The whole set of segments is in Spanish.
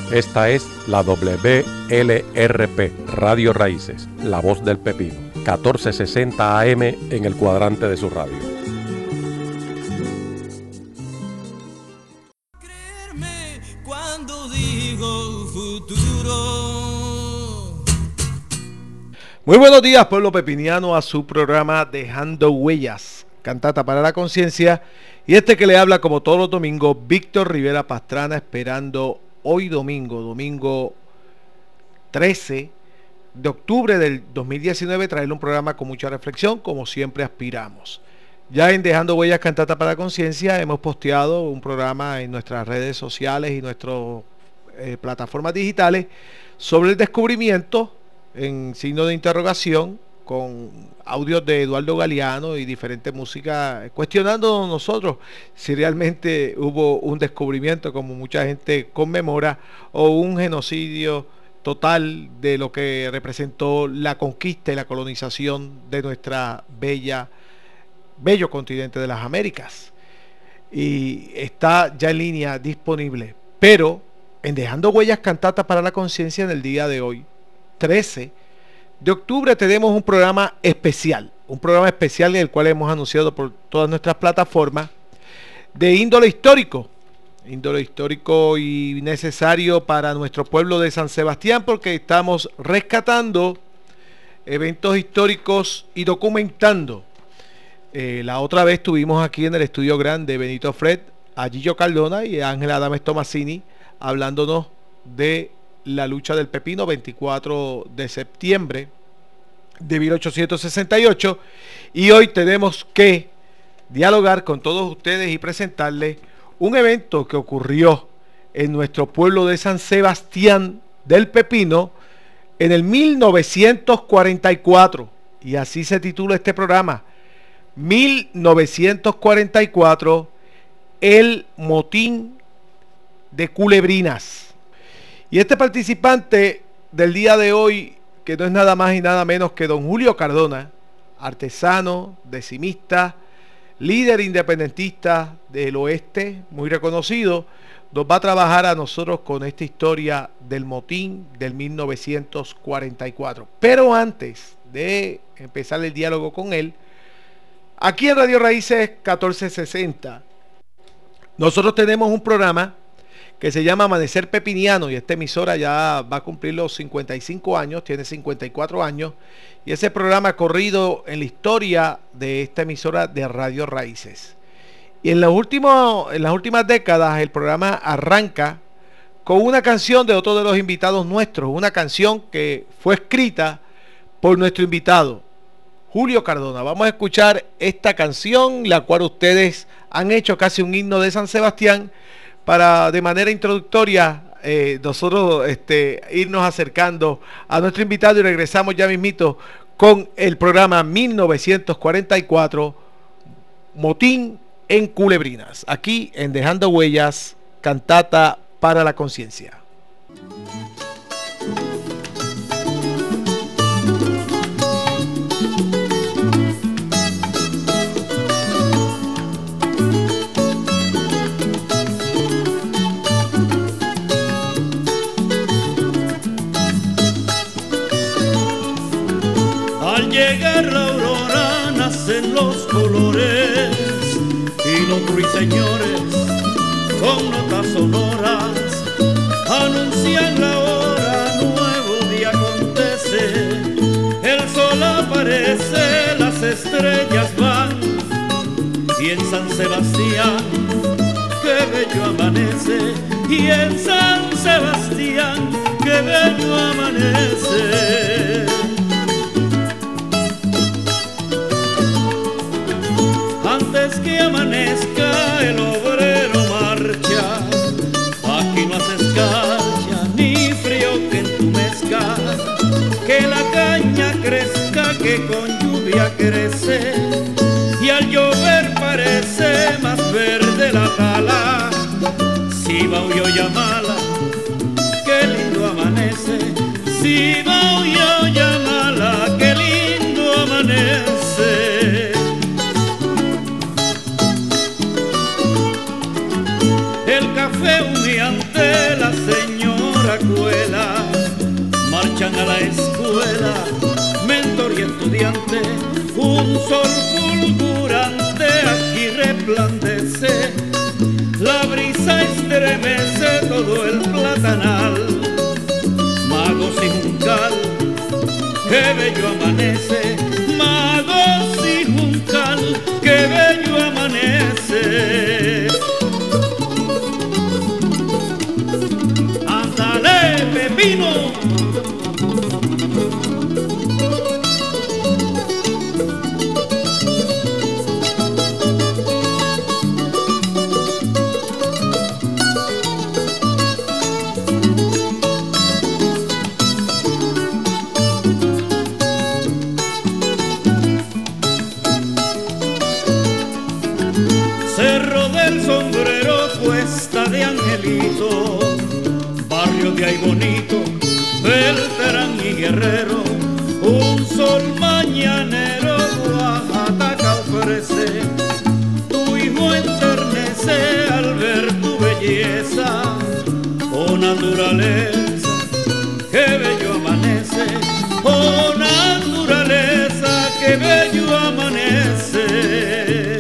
Esta es la WLRP, Radio Raíces, La Voz del Pepino, 1460 AM en el cuadrante de su radio. Creerme cuando digo futuro. Muy buenos días, pueblo pepiniano, a su programa Dejando Huellas, cantata para la conciencia. Y este que le habla como todos los domingos, Víctor Rivera Pastrana, esperando hoy domingo 13 de octubre del 2019, traerle un programa con mucha reflexión, como siempre aspiramos. Ya en Dejando Huellas, cantata para la conciencia, hemos posteado un programa en nuestras redes sociales y nuestras plataformas digitales sobre el descubrimiento en signo de interrogación, con audios de Eduardo Galeano y diferente música, cuestionando nosotros si realmente hubo un descubrimiento, como mucha gente conmemora, o un genocidio total de lo que representó la conquista y la colonización de nuestra bello continente de las Américas. Y está ya en línea disponible, pero en Dejando Huellas, cantata para la conciencia, en el día de hoy, 13 de octubre, tenemos un programa especial en el cual hemos anunciado por todas nuestras plataformas, de índole histórico y necesario para nuestro pueblo de San Sebastián, porque estamos rescatando eventos históricos y documentando. La otra vez tuvimos aquí en el estudio grande Benito Fred, a Gillo Cardona y a Ángela Adames Tomasini, hablándonos de la lucha del Pepino, 24 de septiembre de 1868, y hoy tenemos que dialogar con todos ustedes y presentarles un evento que ocurrió en nuestro pueblo de San Sebastián del Pepino en el 1944, y así se titula este programa, 1944, el motín de Culebrinas. Y este participante del día de hoy, que no es nada más y nada menos que don Julio Cardona, artesano, decimista, líder independentista del oeste, muy reconocido, nos va a trabajar a nosotros con esta historia del motín del 1944. Pero antes de empezar el diálogo con él, aquí en Radio Raíces 1460, nosotros tenemos un programa que se llama Amanecer Pepiniano, y esta emisora ya va a cumplir los 55 años, tiene 54 años, y ese programa ha corrido en la historia de esta emisora de Radio Raíces. Y en las últimas décadas el programa arranca con una canción de otro de los invitados nuestros, una canción que fue escrita por nuestro invitado, Julio Cardona. Vamos a escuchar esta canción, la cual ustedes han hecho casi un himno de San Sebastián, para de manera introductoria nosotros irnos acercando a nuestro invitado, y regresamos ya mismito con el programa 1944, Motín en Culebrinas, aquí en Dejando Huellas, cantata para la conciencia. Al llegar la aurora nacen los colores y los ruiseñores con notas sonoras anuncian la hora, nuevo día acontece, el sol aparece, las estrellas van, y en San Sebastián qué bello amanece, y en San Sebastián qué bello amanece. Antes que amanezca el obrero marcha, aquí no hace escarcha ni frío que entumezca, que la caña crezca que con lluvia crece, y al llover parece más verde la tala. Cibao y Oyamala, qué lindo amanece, Cibao y Oyamala, qué lindo amanece. El café humeante la señora escuela, marchan a la escuela, mentor y estudiante, un sol fulgurante aquí resplandece, la brisa estremece todo el platanal, magos y juncal, qué bello amanece, magos y juncal, qué bello amanece. ¡Ándale, Pepino! Cerro del Sombrero, Cuesta de Angelito, barrio de ahí bonito, Beltrán y Guerrero, un sol mañanero, Oaxaca ofrece, tu hijo enternece al ver tu belleza, oh naturaleza, qué bello amanece, oh naturaleza, qué bello amanece.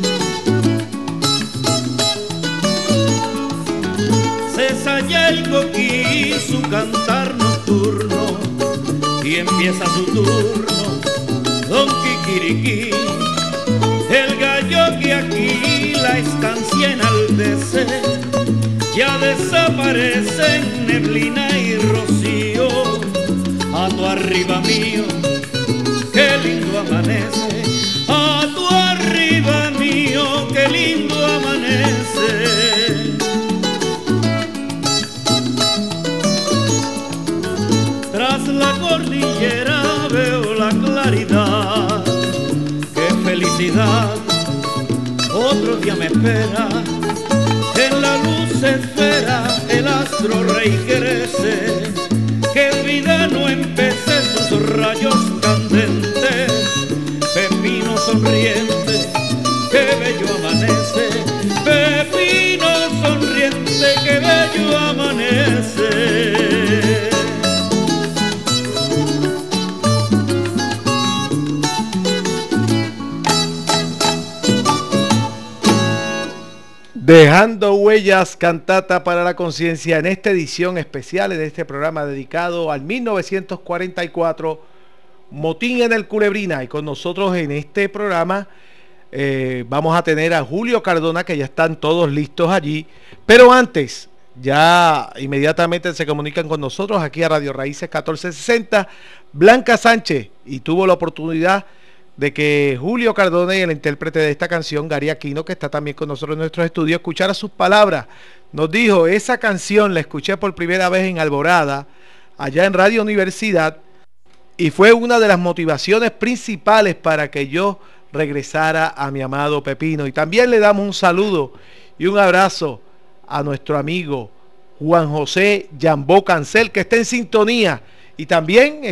Cesa el coquí su cantar nocturno y empieza su turno Don Kikiriki, el gallo que aquí la estancia enaldece, ya desaparece en neblina y rocío, a tu arriba mío, qué lindo amanece, a tu arriba mío, qué lindo amanece. Tras la cordillera veo la claridad, qué felicidad, otro día me espera, en la luz esfera el astro rey crece, que vida no empece sus rayos candentes, pepino sonriente, qué bello amanece, pepino sonriente, qué bello amanece. Dejando huellas, cantata para la conciencia, en esta edición especial de este programa dedicado al 1944, motín en el Culebrina. Y con nosotros en este programa vamos a tener a Julio Cardona, que ya están todos listos allí. Pero antes, ya inmediatamente se comunican con nosotros aquí a Radio Raíces 1460, Blanca Sánchez, y tuvo la oportunidad de que Julio Cardona y el intérprete de esta canción, Gary Aquino, que está también con nosotros en nuestros estudios, escuchara sus palabras. Nos dijo, esa canción la escuché por primera vez en Alborada, allá en Radio Universidad, y fue una de las motivaciones principales para que yo regresara a mi amado Pepino. Y también le damos un saludo y un abrazo a nuestro amigo Juan José Yambó Cancel, que está en sintonía, y también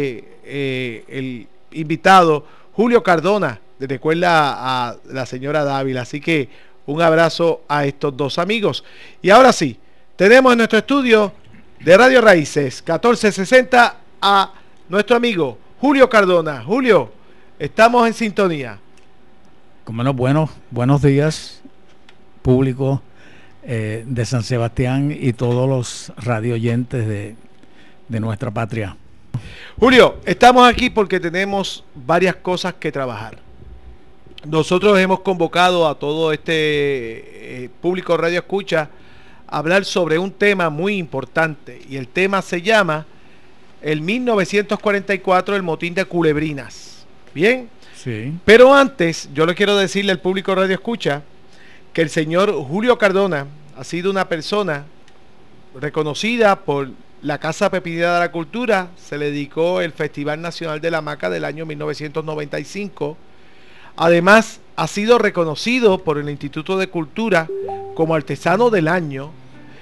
el invitado Julio Cardona, de escuela a la señora Dávila. Así que un abrazo a estos dos amigos. Y ahora sí, tenemos en nuestro estudio de Radio Raíces 1460 a nuestro amigo Julio Cardona. Julio, estamos en sintonía. Como no, buenos días, público de San Sebastián y todos los radioyentes de nuestra patria. Julio, estamos aquí porque tenemos varias cosas que trabajar. Nosotros hemos convocado a todo este público radio escucha a hablar sobre un tema muy importante, y el tema se llama el 1944, el motín de Culebrinas. Bien, sí. Pero antes, yo le quiero decirle al público radio escucha que el señor Julio Cardona ha sido una persona reconocida por la Casa Pepinera de la Cultura. Se le dedicó el Festival Nacional de la Hamaca del año 1995. Además, ha sido reconocido por el Instituto de Cultura como artesano del año.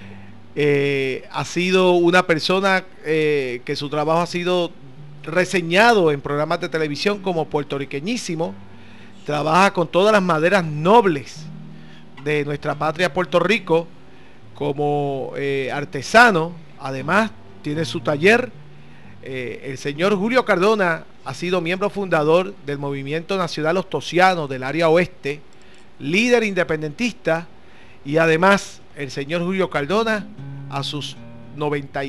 Ha sido una persona que su trabajo ha sido reseñado en programas de televisión como puertorriqueñísimo. Trabaja con todas las maderas nobles de nuestra patria Puerto Rico como artesano, además tiene su taller. El señor Julio Cardona ha sido miembro fundador del Movimiento Nacional Ostosiano del área oeste, líder independentista, y además el señor Julio Cardona a sus 90,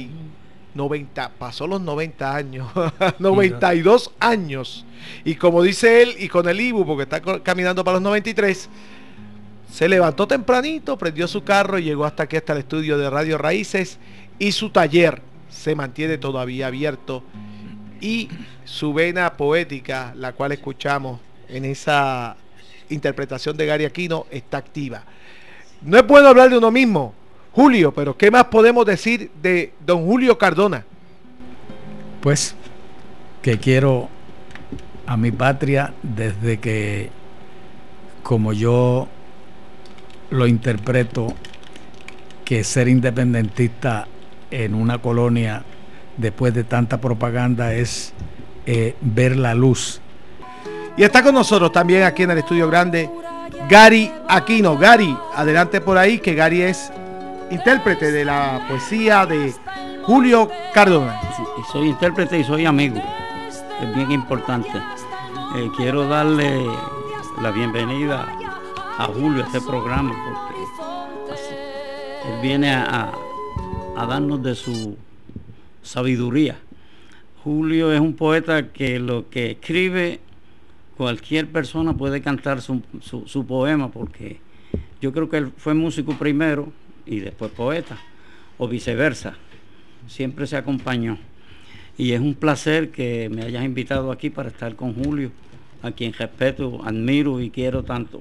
pasó los 90 años, 92 años, y como dice él, y con el IBU, porque está caminando para los 93, se levantó tempranito, prendió su carro y llegó hasta aquí, hasta el estudio de Radio Raíces, y su taller se mantiene todavía abierto, y su vena poética, la cual escuchamos en esa interpretación de Gary Aquino, está activa. No es bueno hablar de uno mismo, Julio, pero ¿qué más podemos decir de don Julio Cardona? Pues que quiero a mi patria desde que, como yo lo interpreto, que ser independentista en una colonia después de tanta propaganda es ver la luz. Y está con nosotros también aquí en el estudio grande Gary Aquino. Gary, adelante por ahí, que Gary es intérprete de la poesía de Julio Cardona. Sí, soy intérprete y soy amigo, es bien importante. Quiero darle la bienvenida a Julio a este programa, porque él viene a darnos de su sabiduría. Julio es un poeta que lo que escribe, cualquier persona puede cantar su poema, porque yo creo que él fue músico primero y después poeta, o viceversa, siempre se acompañó. Y es un placer que me hayas invitado aquí para estar con Julio, a quien respeto, admiro y quiero tanto.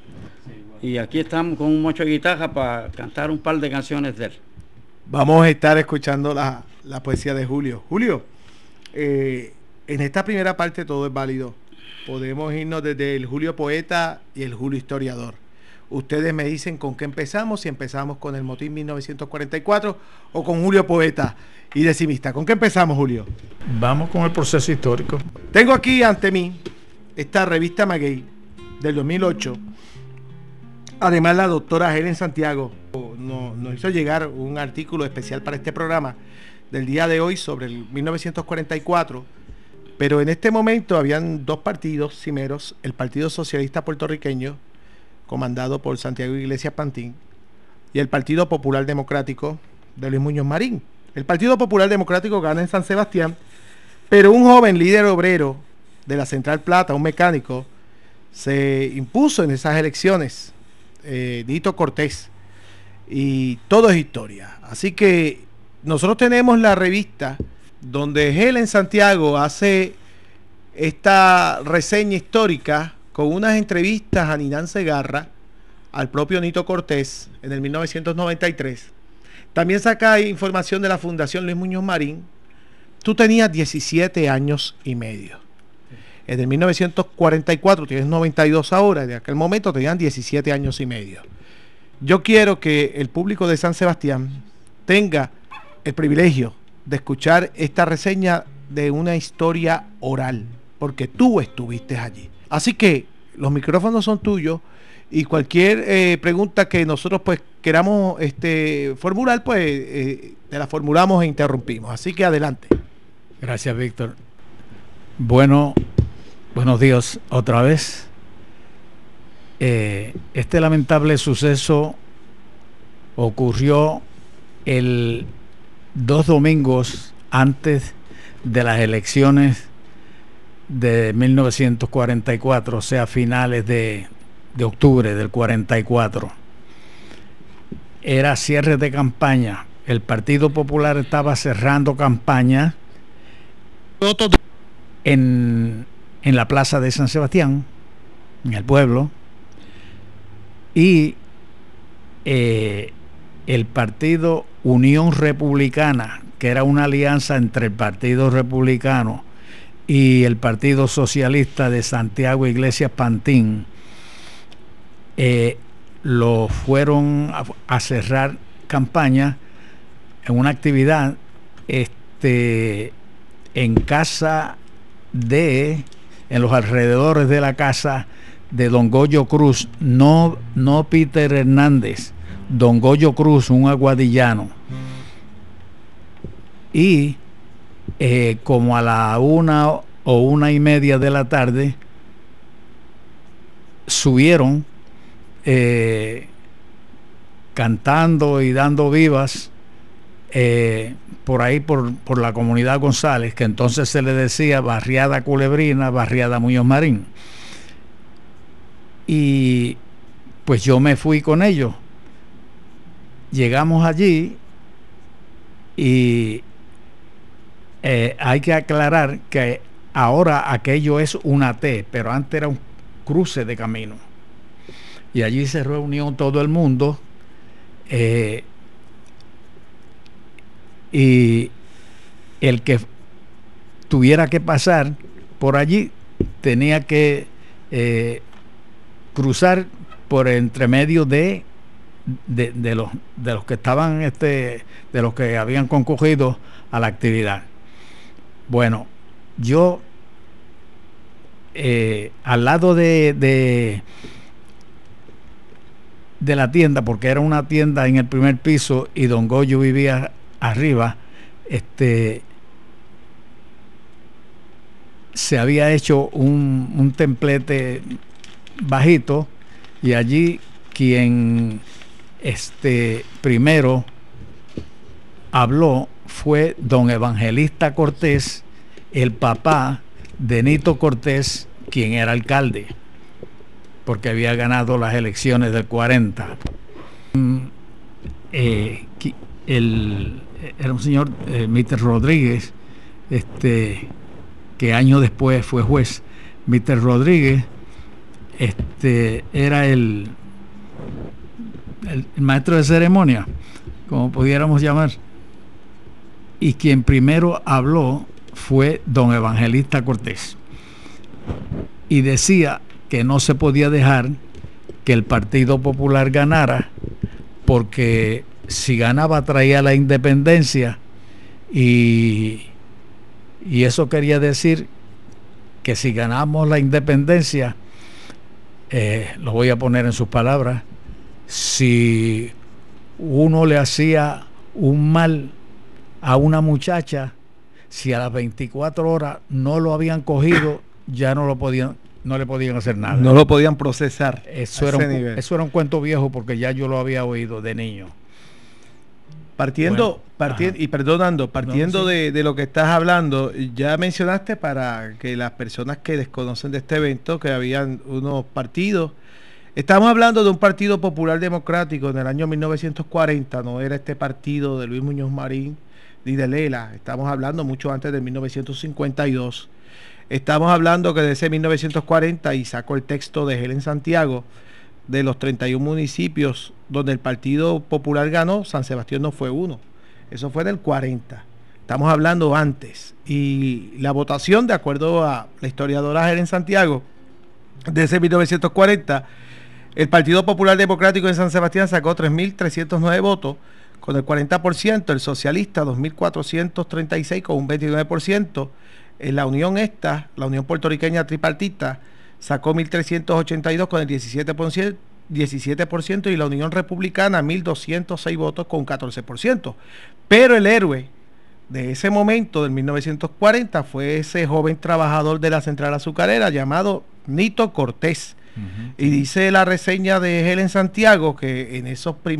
Y aquí estamos con un mocho de guitarra para cantar un par de canciones de él. Vamos a estar escuchando la poesía de Julio. Julio, en esta primera parte todo es válido. Podemos irnos desde el Julio poeta y el Julio historiador. Ustedes me dicen con qué empezamos, si empezamos con el motín 1944 o con Julio poeta y decimista. ¿Con qué empezamos, Julio? Vamos con el proceso histórico. Tengo aquí ante mí esta revista Maguey del 2008. Además, la doctora Helen Santiago nos hizo llegar un artículo especial para este programa del día de hoy sobre el 1944. Pero en este momento habían dos partidos cimeros: el Partido Socialista Puertorriqueño, comandado por Santiago Iglesias Pantín, y el Partido Popular Democrático de Luis Muñoz Marín. El Partido Popular Democrático gana en San Sebastián, pero un joven líder obrero de la Central Plata, un mecánico, se impuso en esas elecciones, Nito Cortés, y todo es historia. Así que nosotros tenemos la revista donde Helen Santiago hace esta reseña histórica con unas entrevistas a Ninán Segarra, al propio Nito Cortés, en el 1993. También saca información de la Fundación Luis Muñoz Marín. Tú tenías 17 años y medio. En el 1944, tienes 92 ahora, de aquel momento tenían 17 años y medio. Yo quiero que el público de San Sebastián tenga el privilegio de escuchar esta reseña de una historia oral, porque tú estuviste allí. Así que los micrófonos son tuyos, y cualquier pregunta que nosotros pues queramos formular, pues te la formulamos e interrumpimos. Así que adelante. Gracias, Víctor. Bueno, buenos días otra vez. Este lamentable suceso ocurrió el 2 domingos antes de las elecciones de 1944, o sea, finales de octubre del 44. Era cierre de campaña. El Partido Popular estaba cerrando campaña en la plaza de San Sebastián, en el pueblo, y el Partido Unión Republicana, que era una alianza entre el Partido Republicano y el Partido Socialista de Santiago Iglesias Pantín, lo fueron a cerrar campaña en una actividad en casa en los alrededores de la casa de don Goyo Cruz, no Peter Hernández, don Goyo Cruz, un aguadillano. y como a la 1 o 1:30 de la tarde subieron cantando y dando vivas por ahí por la comunidad González, que entonces se le decía barriada Culebrina, barriada Muñoz Marín. Y pues yo me fui con ellos. Llegamos allí y hay que aclarar que ahora aquello es una T, pero antes era un cruce de camino. Y allí se reunió todo el mundo. Y el que tuviera que pasar por allí tenía que cruzar por entre medio de los que estaban de los que habían concurrido a la actividad. Bueno, yo al lado de la tienda, porque era una tienda en el primer piso y don Goyo vivía arriba, se había hecho un templete bajito, y allí quien primero habló fue don Evangelista Cortés, el papá de Nito Cortés, quien era alcalde, porque había ganado las elecciones del 40. Era un señor, Mr. Rodríguez, que años después fue juez. Mr. Rodríguez era el maestro de ceremonia, como pudiéramos llamar, y quien primero habló fue don Evangelista Cortés, y decía que no se podía dejar que el Partido Popular ganara, porque si ganaba traía la independencia, y eso quería decir que si ganamos la independencia, lo voy a poner en sus palabras, si uno le hacía un mal a una muchacha, si a las 24 horas no lo habían cogido, ya no le podían hacer nada. No lo podían procesar. Eso era un cuento viejo, porque ya yo lo había oído de niño. Partiendo de lo que estás hablando, ya mencionaste, para que las personas que desconocen de este evento, que habían unos partidos. Estamos hablando de un Partido Popular Democrático en el año 1940, no era este partido de Luis Muñoz Marín ni de Lela, estamos hablando mucho antes de 1952. Estamos hablando que desde 1940, y sacó el texto de Helen Santiago, de los 31 municipios donde el Partido Popular ganó, San Sebastián no fue uno. Eso fue del 40. Estamos hablando antes. Y la votación, de acuerdo a la historiadora Helen Santiago, desde 1940, el Partido Popular Democrático de San Sebastián sacó 3.309 votos, con el 40%, el socialista 2.436 con un 29%, en la unión la Unión Puertorriqueña Tripartita, sacó 1.382 con el 17%, y la Unión Republicana 1.206 votos con 14%. Pero el héroe de ese momento, del 1940, fue ese joven trabajador de la central azucarera llamado Nito Cortés. Y dice la reseña de Helen Santiago que en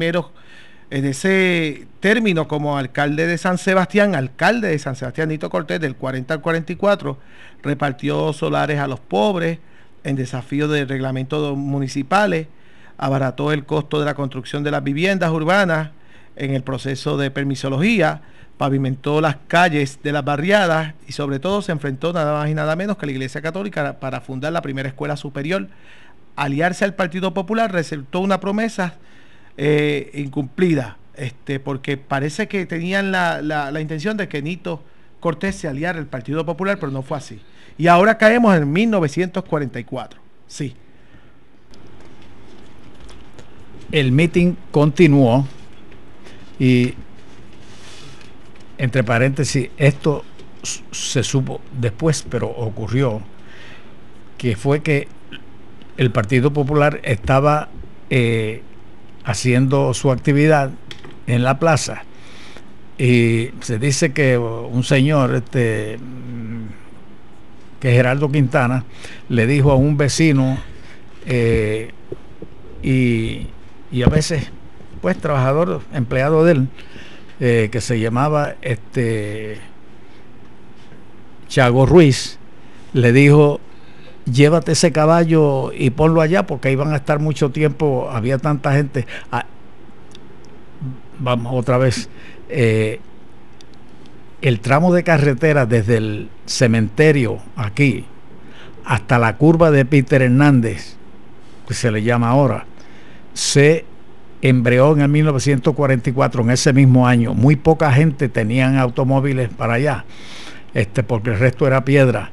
ese término como alcalde de San Sebastián, Nito Cortés, del 40 al 44, repartió solares a los pobres, en desafío de reglamentos municipales, abarató el costo de la construcción de las viviendas urbanas en el proceso de permisología, pavimentó las calles de las barriadas, y sobre todo se enfrentó nada más y nada menos que a la Iglesia Católica para fundar la primera escuela superior. Aliarse al Partido Popular resultó una promesa incumplida, porque parece que tenían la intención de que Nito Cortés se aliara al Partido Popular, pero no fue así. Y ahora caemos en 1944. Sí. El meeting continuó, y entre paréntesis, esto se supo después, pero ocurrió, que fue que el Partido Popular estaba haciendo su actividad en la plaza, Y se dice que un señor, que Gerardo Quintana, le dijo a un vecino, y a veces, pues, trabajador, empleado de él, que se llamaba Chago Ruiz, le dijo: llévate ese caballo y ponlo allá, porque iban a estar mucho tiempo, había tanta gente. Vamos otra vez. El tramo de carretera desde el cementerio aquí hasta la curva de Peter Hernández, que se le llama ahora, se embreó en el 1944, en ese mismo año. Muy poca gente tenían automóviles para allá, porque el resto era piedra.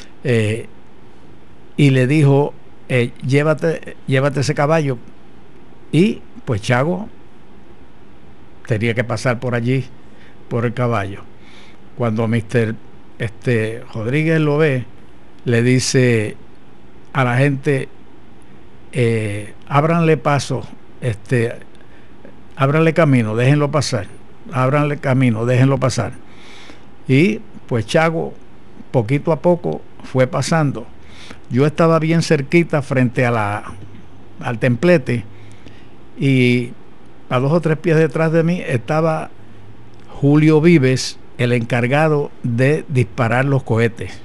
Y le dijo: llévate ese caballo. Y pues Chago tenía que pasar por allí, por el caballo. Cuando Mr. Rodríguez lo ve, le dice a la gente: ábranle paso, ábranle camino, déjenlo pasar, ábranle camino, déjenlo pasar. Y pues Chago, poquito a poco, fue pasando. Yo estaba bien cerquita frente al templete, y a 2 o 3 pies detrás de mí estaba Julio Vives, el encargado de disparar los cohetes.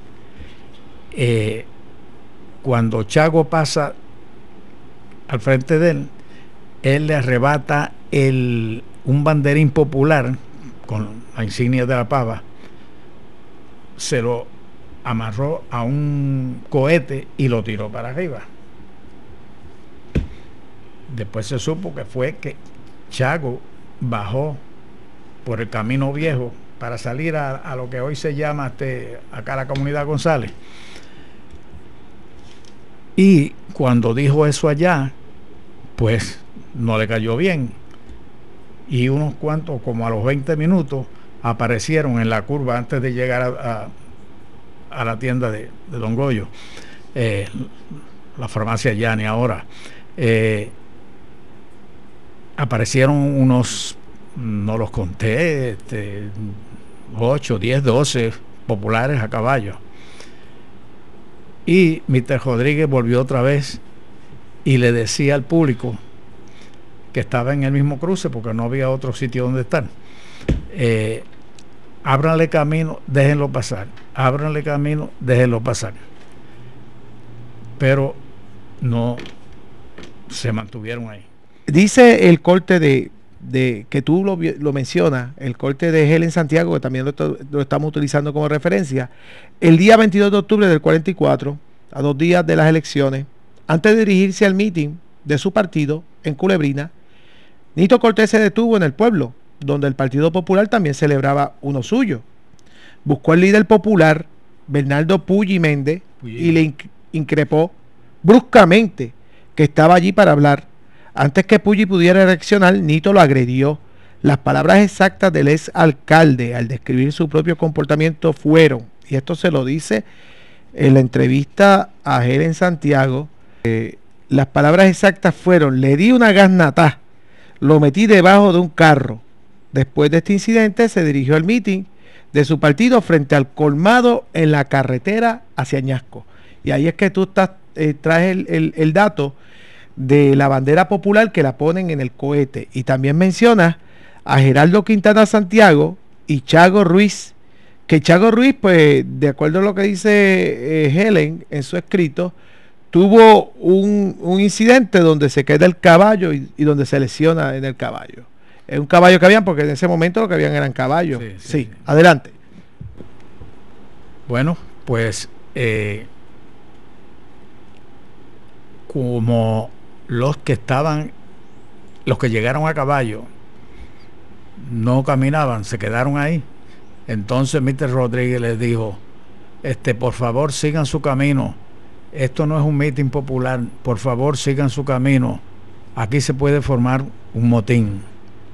Cuando Chago pasa al frente de él le arrebata un banderín popular con la insignia de la pava, se lo amarró a un cohete y lo tiró para arriba. Después se supo que fue que Chago bajó por el Camino Viejo para salir a lo que hoy se llama acá la Comunidad González. Y cuando dijo eso allá, pues no le cayó bien. Y unos cuantos, como a los 20 minutos, aparecieron en la curva antes de llegar a la tienda de Don Goyo, la farmacia Yani ahora. Aparecieron unos, no los conté, 8, 10, 12 populares a caballo. Y Mr. Rodríguez volvió otra vez y le decía al público que estaba en el mismo cruce, porque no había otro sitio donde estar: ábranle camino, déjenlo pasar, ábranle camino, déjenlo pasar. Pero no se mantuvieron ahí. Dice el corte de que tú lo mencionas, el corte de Helen Santiago, que también lo estamos utilizando como referencia: el día 22 de octubre del 44, a 2 días de las elecciones, antes de dirigirse al meeting de su partido en Culebrina, Nito Cortés se detuvo en el pueblo, donde el Partido Popular también celebraba uno suyo. Buscó al líder popular, Bernardo Pulli Méndez, y le increpó bruscamente que estaba allí para hablar. Antes que Pulli pudiera reaccionar, Nito lo agredió. Las palabras exactas del ex alcalde al describir su propio comportamiento fueron, y esto se lo dice en la entrevista a Helen Santiago, las palabras exactas fueron: le di una gasnatá, lo metí debajo de un carro. Después de este incidente se dirigió al meeting de su partido frente al colmado en la carretera hacia Añasco. Y ahí es que tú traes el dato de la bandera popular que la ponen en el cohete. Y también mencionas a Gerardo Quintana Santiago y Chago Ruiz, que Chago Ruiz, pues de acuerdo a lo que dice Helen en su escrito, tuvo un incidente donde se queda el caballo y donde se lesiona en el caballo. Es un caballo que habían, porque en ese momento lo que habían eran caballos. Sí. Adelante. Bueno, pues como los que llegaron a caballo no caminaban, se quedaron ahí. Entonces Mr. Rodríguez les dijo: por favor, sigan su camino. Esto no es un meeting popular. Por favor, sigan su camino. Aquí se puede formar un motín.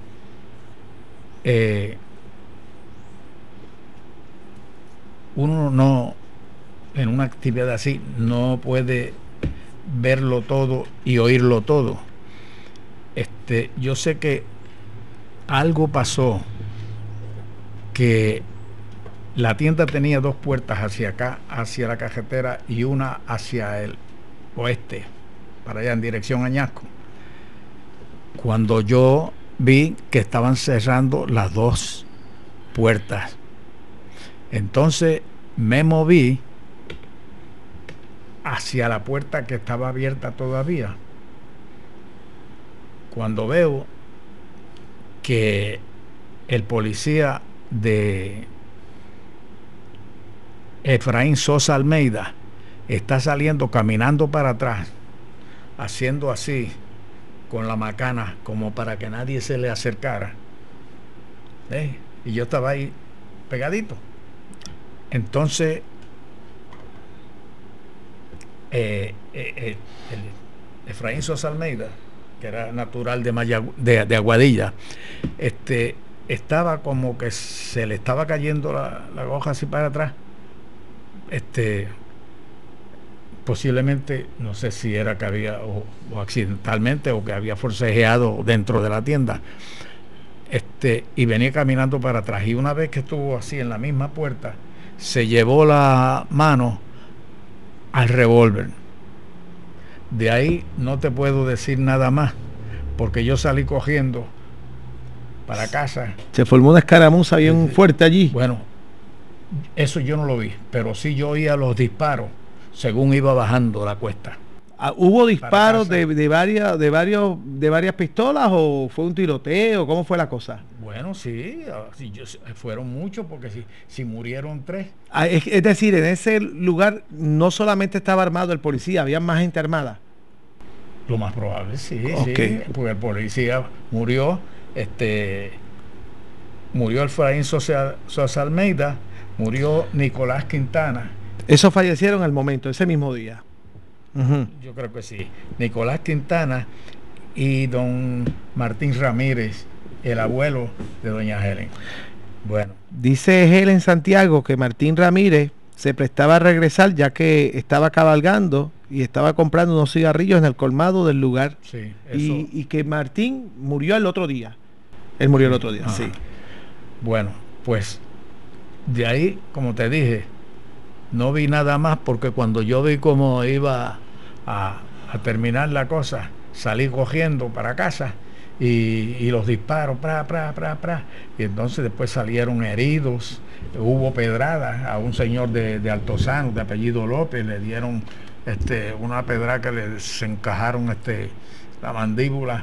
Uno no, en una actividad así, no puede verlo todo y oírlo todo. Yo sé que algo pasó que la tienda tenía dos puertas hacia acá, hacia la carretera, y una hacia el oeste, para allá en dirección a Añasco. Cuando yo vi que estaban cerrando las dos puertas, entonces me moví hacia la puerta que estaba abierta todavía, cuando veo que el policía de Efraín Sosa Almeida está saliendo caminando para atrás, haciendo así con la macana como para que nadie se le acercara, y yo estaba ahí pegadito. Entonces el Efraín Sosa Almeida, que era natural de Aguadilla, estaba como que se le estaba cayendo la hoja así para atrás, posiblemente, no sé si era que había o accidentalmente o que había forcejeado dentro de la tienda, y venía caminando para atrás, y una vez que estuvo así en la misma puerta, se llevó la mano al revólver. De ahí no te puedo decir nada más, porque yo salí cogiendo para casa. Se formó una escaramuza bien fuerte allí. Bueno, eso yo no lo vi, pero sí yo oía los disparos según iba bajando la cuesta. ¿Hubo disparos de varias pistolas o fue un tiroteo? ¿Cómo fue la cosa? Bueno, sí, fueron muchos, porque si murieron 3. Es decir, en ese lugar no solamente estaba armado el policía, había más gente armada. Lo más probable, sí, okay. Sí, porque el policía murió, murió Efraín Sosa Almeida, murió Nicolás Quintana. Esos fallecieron al momento, ese mismo día. Yo creo que sí. Nicolás Quintana y don Martín Ramírez, el abuelo de doña Helen. Bueno. Dice Helen Santiago que Martín Ramírez se prestaba a regresar, ya que estaba cabalgando y estaba comprando unos cigarrillos en el colmado del lugar. Sí, y que Martín murió el otro día. Él murió el otro día, sí. Bueno, pues de ahí, como te dije, no vi nada más, porque cuando yo vi cómo iba a terminar la cosa, salí cogiendo para casa y los disparos, y entonces después salieron heridos, hubo pedradas a un señor de Altozano, de apellido López, le dieron una pedrada que le encajaron la mandíbula,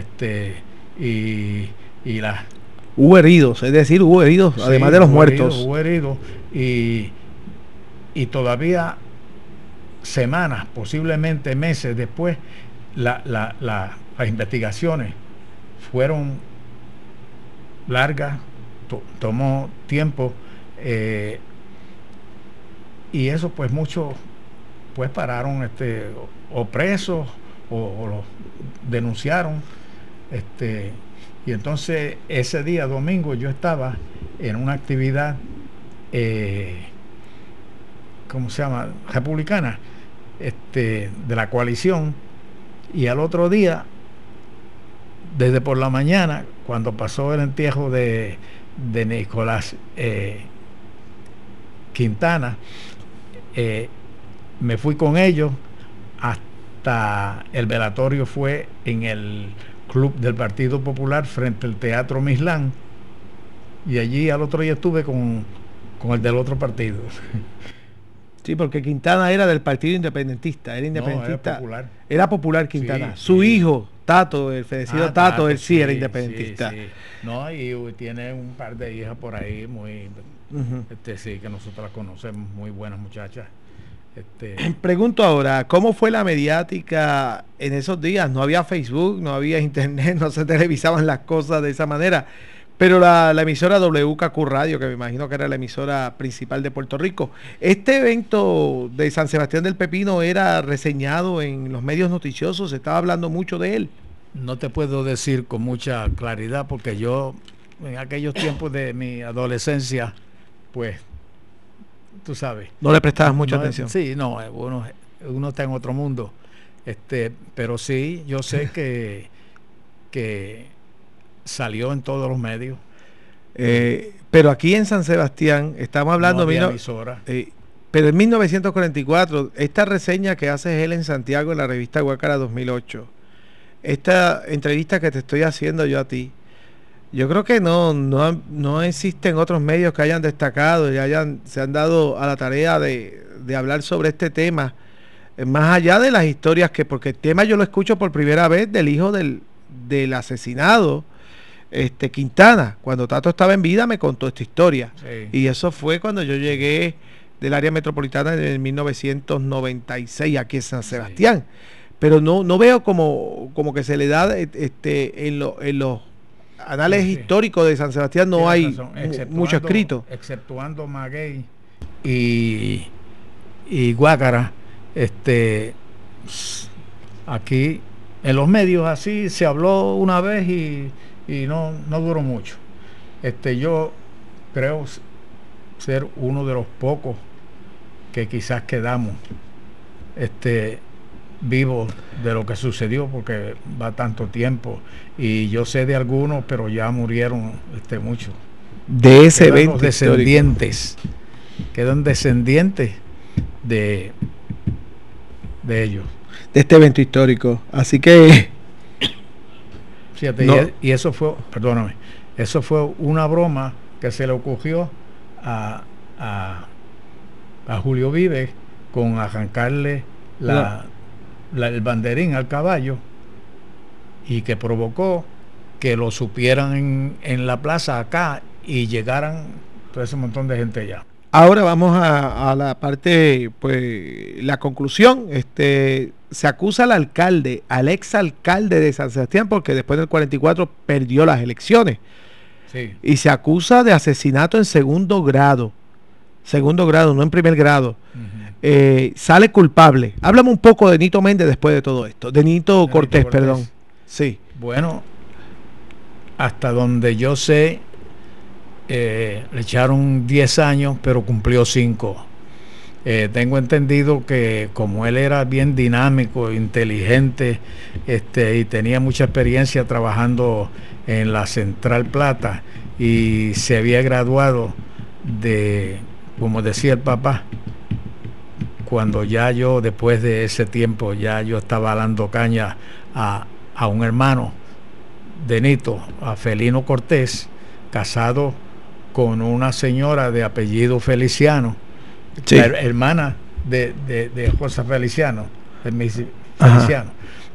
y la... Hubo heridos, es decir, hubo heridos, sí, además de los muertos. Hubo heridos, y todavía semanas, posiblemente meses después, las investigaciones fueron largas, tomó tiempo, y eso pues muchos pues pararon o presos o los denunciaron, y entonces ese día domingo yo estaba en una actividad ¿cómo se llama? Republicana, de la coalición, y al otro día, desde por la mañana, cuando pasó el entierro de Nicolás Quintana, me fui con ellos hasta el velatorio, fue en el club del Partido Popular frente al Teatro Mislán, y allí al otro día estuve con el del otro partido. Sí, porque Quintana era del Partido Independentista, era independentista. No, era popular. Era popular Quintana. Sí, Su sí. hijo, Tato, el fallecido Tato, él sí era independentista. Sí. No, y tiene un par de hijas por ahí muy, sí, que nosotros las conocemos, muy buenas muchachas. Pregunto ahora, ¿cómo fue la mediática en esos días? No había Facebook, no había internet, no se televisaban las cosas de esa manera. Pero la emisora WKQ Radio, que me imagino que era la emisora principal de Puerto Rico, este evento de San Sebastián del Pepino era reseñado en los medios noticiosos, se estaba hablando mucho de él. No te puedo decir con mucha claridad, porque yo en aquellos tiempos de mi adolescencia, pues, tú sabes. No le prestabas mucha atención. Sí, no, uno está en otro mundo. Pero sí, yo sé que salió en todos los medios. Pero aquí en San Sebastián, estamos hablando... pero en 1944, esta reseña que hace Helen Santiago en la revista Guácara 2008, esta entrevista que te estoy haciendo yo a ti, yo creo que no existen otros medios que hayan destacado y se han dado a la tarea de hablar sobre este tema, más allá de las historias porque el tema yo lo escucho por primera vez del hijo del asesinado, Quintana. Cuando Tato estaba en vida me contó esta historia. Sí. Y eso fue cuando yo llegué del área metropolitana en 1996 aquí en San Sebastián. Sí. Pero no veo como que se le da en los anales históricos de San Sebastián, no hay mucho escrito. Exceptuando Maguey y Guácara, aquí en los medios así se habló una vez y no duró mucho. Yo creo ser uno de los pocos que quizás quedamos vivos de lo que sucedió, porque va tanto tiempo, y yo sé de algunos, pero ya murieron muchos. De ese quedan evento los descendientes histórico. Quedan descendientes de ellos, de este evento histórico. Así que fíjate, y eso fue, perdóname, eso fue una broma que se le ocurrió a Julio Vives con arrancarle el banderín al caballo, y que provocó que lo supieran en la plaza acá y llegaran todo ese montón de gente allá. Ahora vamos a la parte, pues, la conclusión. Se acusa al alcalde, al exalcalde de San Sebastián, porque después del 44 perdió las elecciones. Sí. Y se acusa de asesinato en segundo grado, no en primer grado. Uh-huh. Sale culpable. Háblame un poco de Nito Méndez después de todo esto. De Nito Cortés, perdón. Sí. Bueno, hasta donde yo sé, le echaron 10 años, pero cumplió 5. Tengo entendido que como él era bien dinámico, inteligente, y tenía mucha experiencia trabajando en la Central Plata, y se había graduado de, como decía el papá, cuando ya yo, después de ese tiempo, ya yo estaba dando caña a un hermano de Nito, a Felino Cortés, casado con una señora de apellido Feliciano, sí, la hermana de José Feliciano, Feliciano.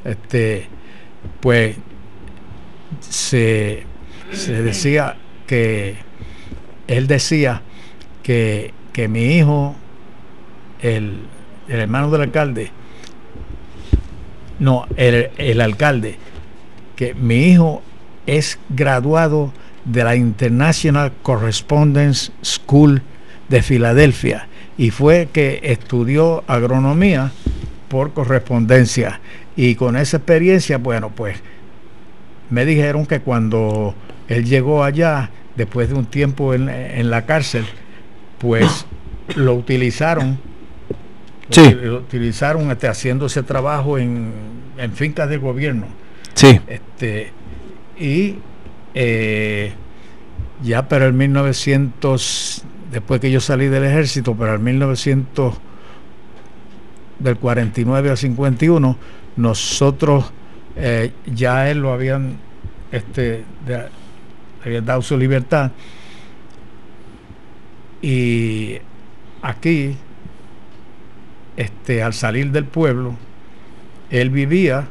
Pues se decía que él decía que mi hijo, el hermano del alcalde, el alcalde, que mi hijo es graduado de la International Correspondence School de Filadelfia, y fue que estudió agronomía por correspondencia, y con esa experiencia, bueno, pues me dijeron que cuando él llegó allá, después de un tiempo en la cárcel, pues lo utilizaron. Sí. Lo utilizaron haciendo ese trabajo en fincas de gobierno. Sí. Ya para el 1900, después que yo salí del ejército, para el 1900, del 49 al 51, nosotros ya él lo habían habían dado su libertad, y aquí al salir del pueblo él vivía,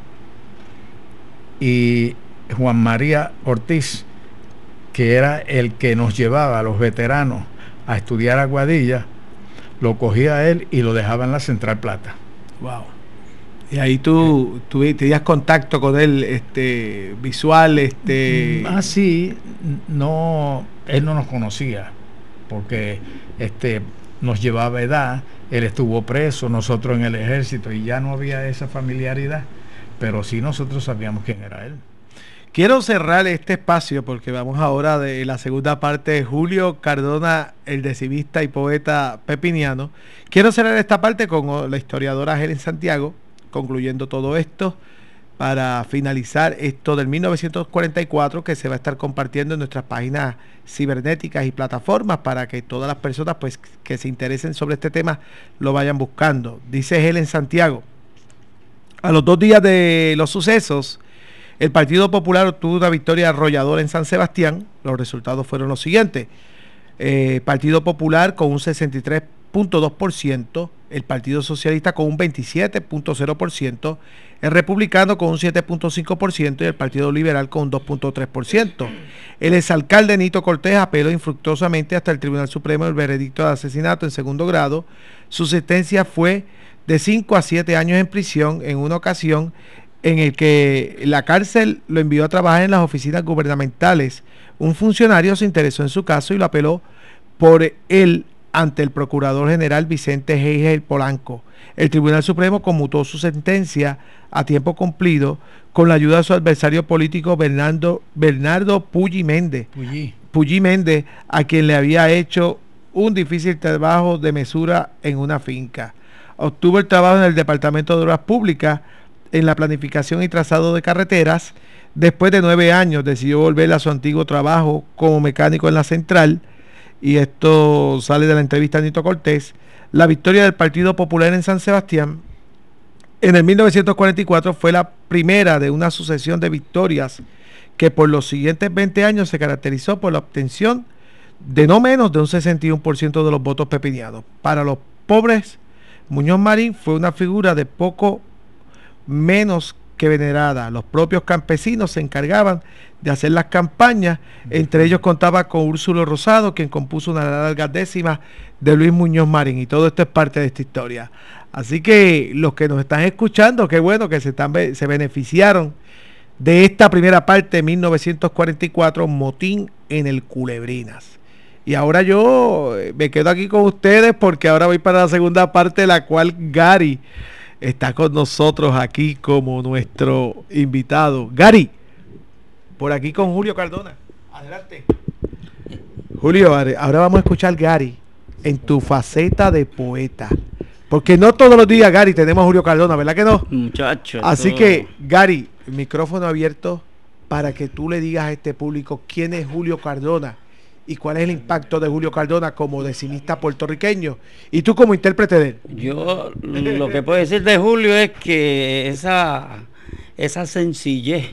y Juan María Ortiz, que era el que nos llevaba a los veteranos a estudiar a Aguadilla, lo cogía a él y lo dejaba en la Central Plata. Wow. Y ahí tú tenías contacto con él, visual, sí, no, él no nos conocía, porque nos llevaba edad, él estuvo preso, nosotros en el ejército, y ya no había esa familiaridad, pero sí nosotros sabíamos quién era él. Quiero cerrar este espacio porque vamos ahora de la segunda parte de Julio Cardona, el decimista y poeta pepiniano. Quiero cerrar esta parte con la historiadora Helen Santiago, concluyendo todo esto, para finalizar esto del 1944, que se va a estar compartiendo en nuestras páginas cibernéticas y plataformas para que todas las personas pues que se interesen sobre este tema lo vayan buscando. Dice Helen Santiago: a los 2 días de los sucesos, el Partido Popular obtuvo una victoria arrolladora en San Sebastián. Los resultados fueron los siguientes: Partido Popular con un 63.2%, el Partido Socialista con un 27.0%, el Republicano con un 7.5% y el Partido Liberal con un 2.3%. El exalcalde Nito Cortés apeló infructuosamente hasta el Tribunal Supremo el veredicto de asesinato en segundo grado. Su sentencia fue de 5 a 7 años en prisión en una ocasión en el que la cárcel lo envió a trabajar en las oficinas gubernamentales. Un funcionario se interesó en su caso y lo apeló por él ante el Procurador General Vicente Geigel Polanco. El Tribunal Supremo conmutó su sentencia a tiempo cumplido con la ayuda de su adversario político Bernardo Pulli Méndez, a quien le había hecho un difícil trabajo de mesura en una finca. Obtuvo el trabajo en el Departamento de Obras Públicas, en la planificación y trazado de carreteras. Después de 9 años decidió volver a su antiguo trabajo como mecánico en la central, y esto sale de la entrevista a Nito Cortés. La victoria del Partido Popular en San Sebastián en el 1944 fue la primera de una sucesión de victorias que por los siguientes 20 años se caracterizó por la obtención de no menos de un 61% de los votos pepinianos. Para los pobres, Muñoz Marín fue una figura de poco menos que venerada. Los propios campesinos se encargaban de hacer las campañas. Entre ellos contaba con Úrsulo Rosado, quien compuso una larga décima de Luis Muñoz Marín, y todo esto es parte de esta historia. Así que los que nos están escuchando, qué bueno que se beneficiaron de esta primera parte de 1944, motín en el Culebrinas. Y ahora yo me quedo aquí con ustedes porque ahora voy para la segunda parte, la cual Gary está con nosotros aquí como nuestro invitado. Gary, por aquí con Julio Cardona. Adelante. Julio, ahora vamos a escuchar Gary en tu faceta de poeta. Porque no todos los días, Gary, tenemos a Julio Cardona, ¿verdad que no? Muchacho. Así que, Gary, el micrófono abierto para que tú le digas a este público quién es Julio Cardona y cuál es el impacto de Julio Cardona como decimista puertorriqueño y tú como intérprete de él. Yo lo que puedo decir de Julio es que esa sencillez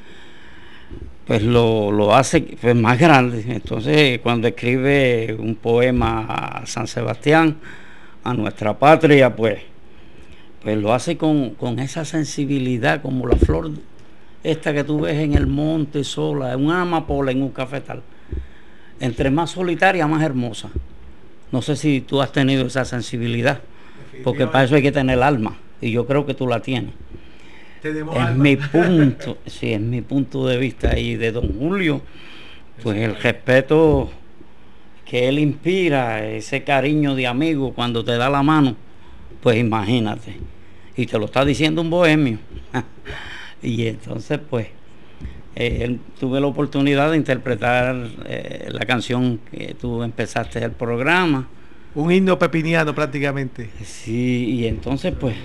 pues lo hace pues más grande. Entonces cuando escribe un poema a San Sebastián, a nuestra patria, pues lo hace con esa sensibilidad, como la flor esta que tú ves en el monte sola, en una amapola, en un cafetal. Entre más solitaria, más hermosa. No sé si tú has tenido esa sensibilidad, porque para eso hay que tener alma, y yo creo que tú la tienes. Es mi punto, sí, es mi punto de vista. Y de don Julio, pues el respeto que él inspira, ese cariño de amigo cuando te da la mano, pues imagínate. Y te lo está diciendo un bohemio. Y entonces, pues, tuve la oportunidad de interpretar la canción que tú empezaste el programa. Un himno pepiniano prácticamente. Sí, y entonces pues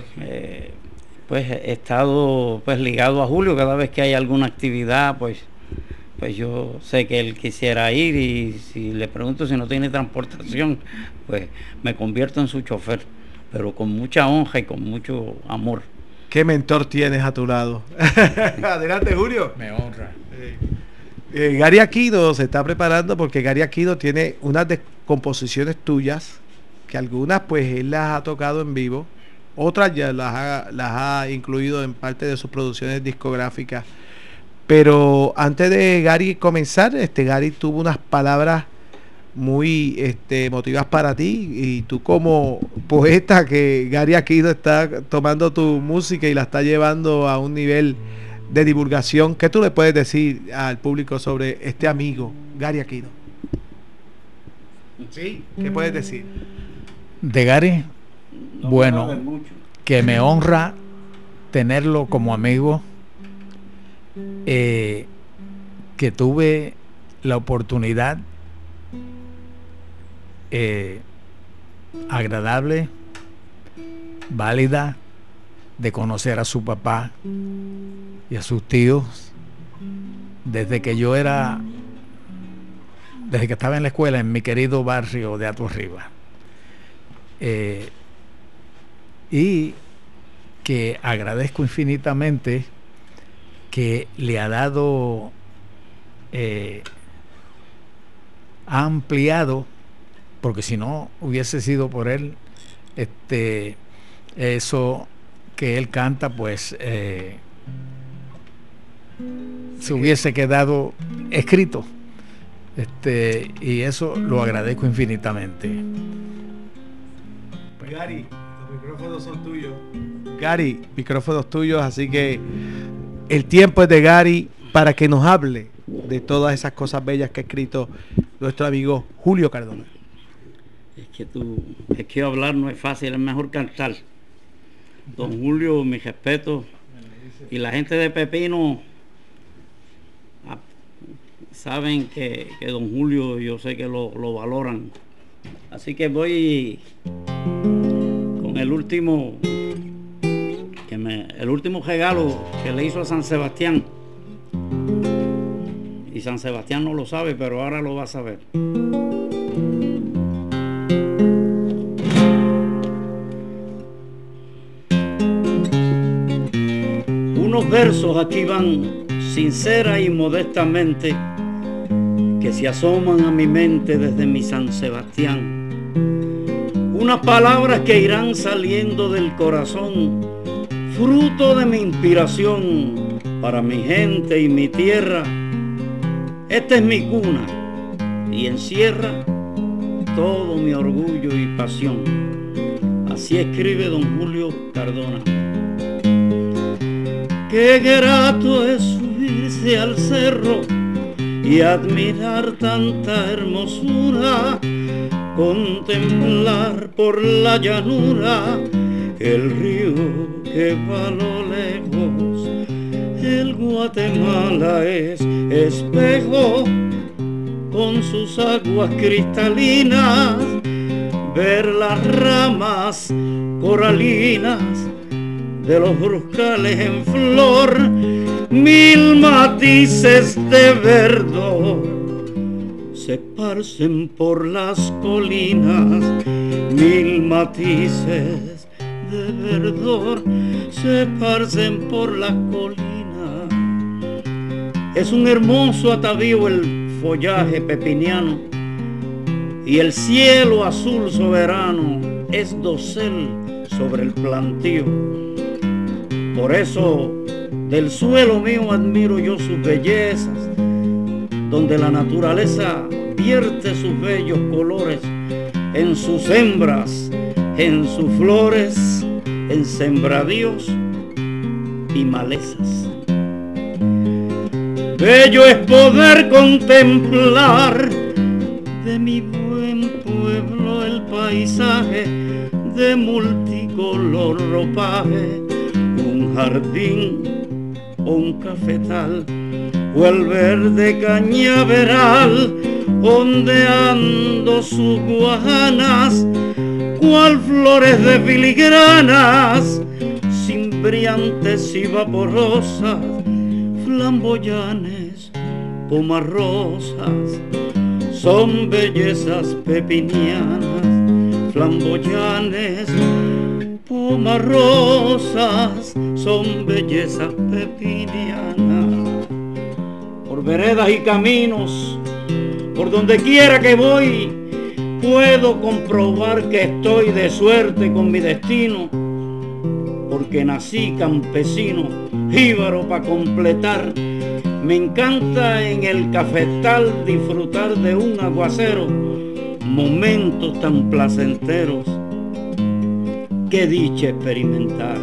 he estado pues ligado a Julio. Cada vez que hay alguna actividad, pues yo sé que él quisiera ir, y si le pregunto si no tiene transportación, pues me convierto en su chofer, pero con mucha honra y con mucho amor. ¿Qué mentor tienes a tu lado? Adelante, Julio. Me honra. Gary Aquino se está preparando porque Gary Aquino tiene unas composiciones tuyas, que algunas pues él las ha tocado en vivo, otras ya las ha incluido en parte de sus producciones discográficas. Pero antes de Gary comenzar, Gary tuvo unas palabras muy emotivas para ti, y tú como poeta, que Gary Aquino está tomando tu música y la está llevando a un nivel de divulgación. ¿Qué tú le puedes decir al público sobre este amigo, Gary Aquino? ¿Sí? ¿Qué puedes decir? De Gary, bueno, que me honra tenerlo como amigo, que tuve la oportunidad agradable, válida, de conocer a su papá, y a sus tíos desde que estaba en la escuela en mi querido barrio de Atorribas. Y que agradezco infinitamente que le ha dado, ha ampliado, porque si no hubiese sido por él, eso que él canta, pues se hubiese quedado escrito, y eso lo agradezco infinitamente. Gary, los micrófonos son tuyos. Gary, micrófonos tuyos, así que el tiempo es de Gary para que nos hable de todas esas cosas bellas que ha escrito nuestro amigo Julio Cardona. Es que hablar no es fácil, es mejor cantar. Don Julio, mi respeto, y la gente de Pepino saben que don Julio, yo sé que lo valoran. Así que voy con el último regalo que le hizo a San Sebastián. Y San Sebastián no lo sabe, pero ahora lo va a saber. Unos versos aquí van, sincera y modestamente, que se asoman a mi mente desde mi San Sebastián. Unas palabras que irán saliendo del corazón, fruto de mi inspiración para mi gente y mi tierra. Esta es mi cuna y encierra todo mi orgullo y pasión. Así escribe don Julio Cardona. Qué grato es subirse al cerro y admirar tanta hermosura, contemplar por la llanura el río que va a lo lejos. El Guatemala es espejo con sus aguas cristalinas, ver las ramas coralinas de los bruscales en flor, mil matices de verdor se esparcen por las colinas, mil matices de verdor se esparcen por las colinas. Es un hermoso atavío el follaje pepiniano y el cielo azul soberano es dosel sobre el plantío. Por eso del suelo mío admiro yo sus bellezas, donde la naturaleza vierte sus bellos colores en sus hembras, en sus flores, en sembradíos y malezas. Bello es poder contemplar de mi buen pueblo el paisaje de multicolor ropaje, un jardín o un cafetal, o el verde cañaveral, ondeando sus guajanas, cual flores de filigranas, cimbriantes y vaporosas, flamboyanes, pomarrosas, son bellezas pepinianas, flamboyanes, pomarrosas, son bellezas pepinianas. Por veredas y caminos, por donde quiera que voy, puedo comprobar que estoy de suerte con mi destino, porque nací campesino, jíbaro para completar. Me encanta en el cafetal disfrutar de un aguacero, momentos tan placenteros, qué dicha experimentar.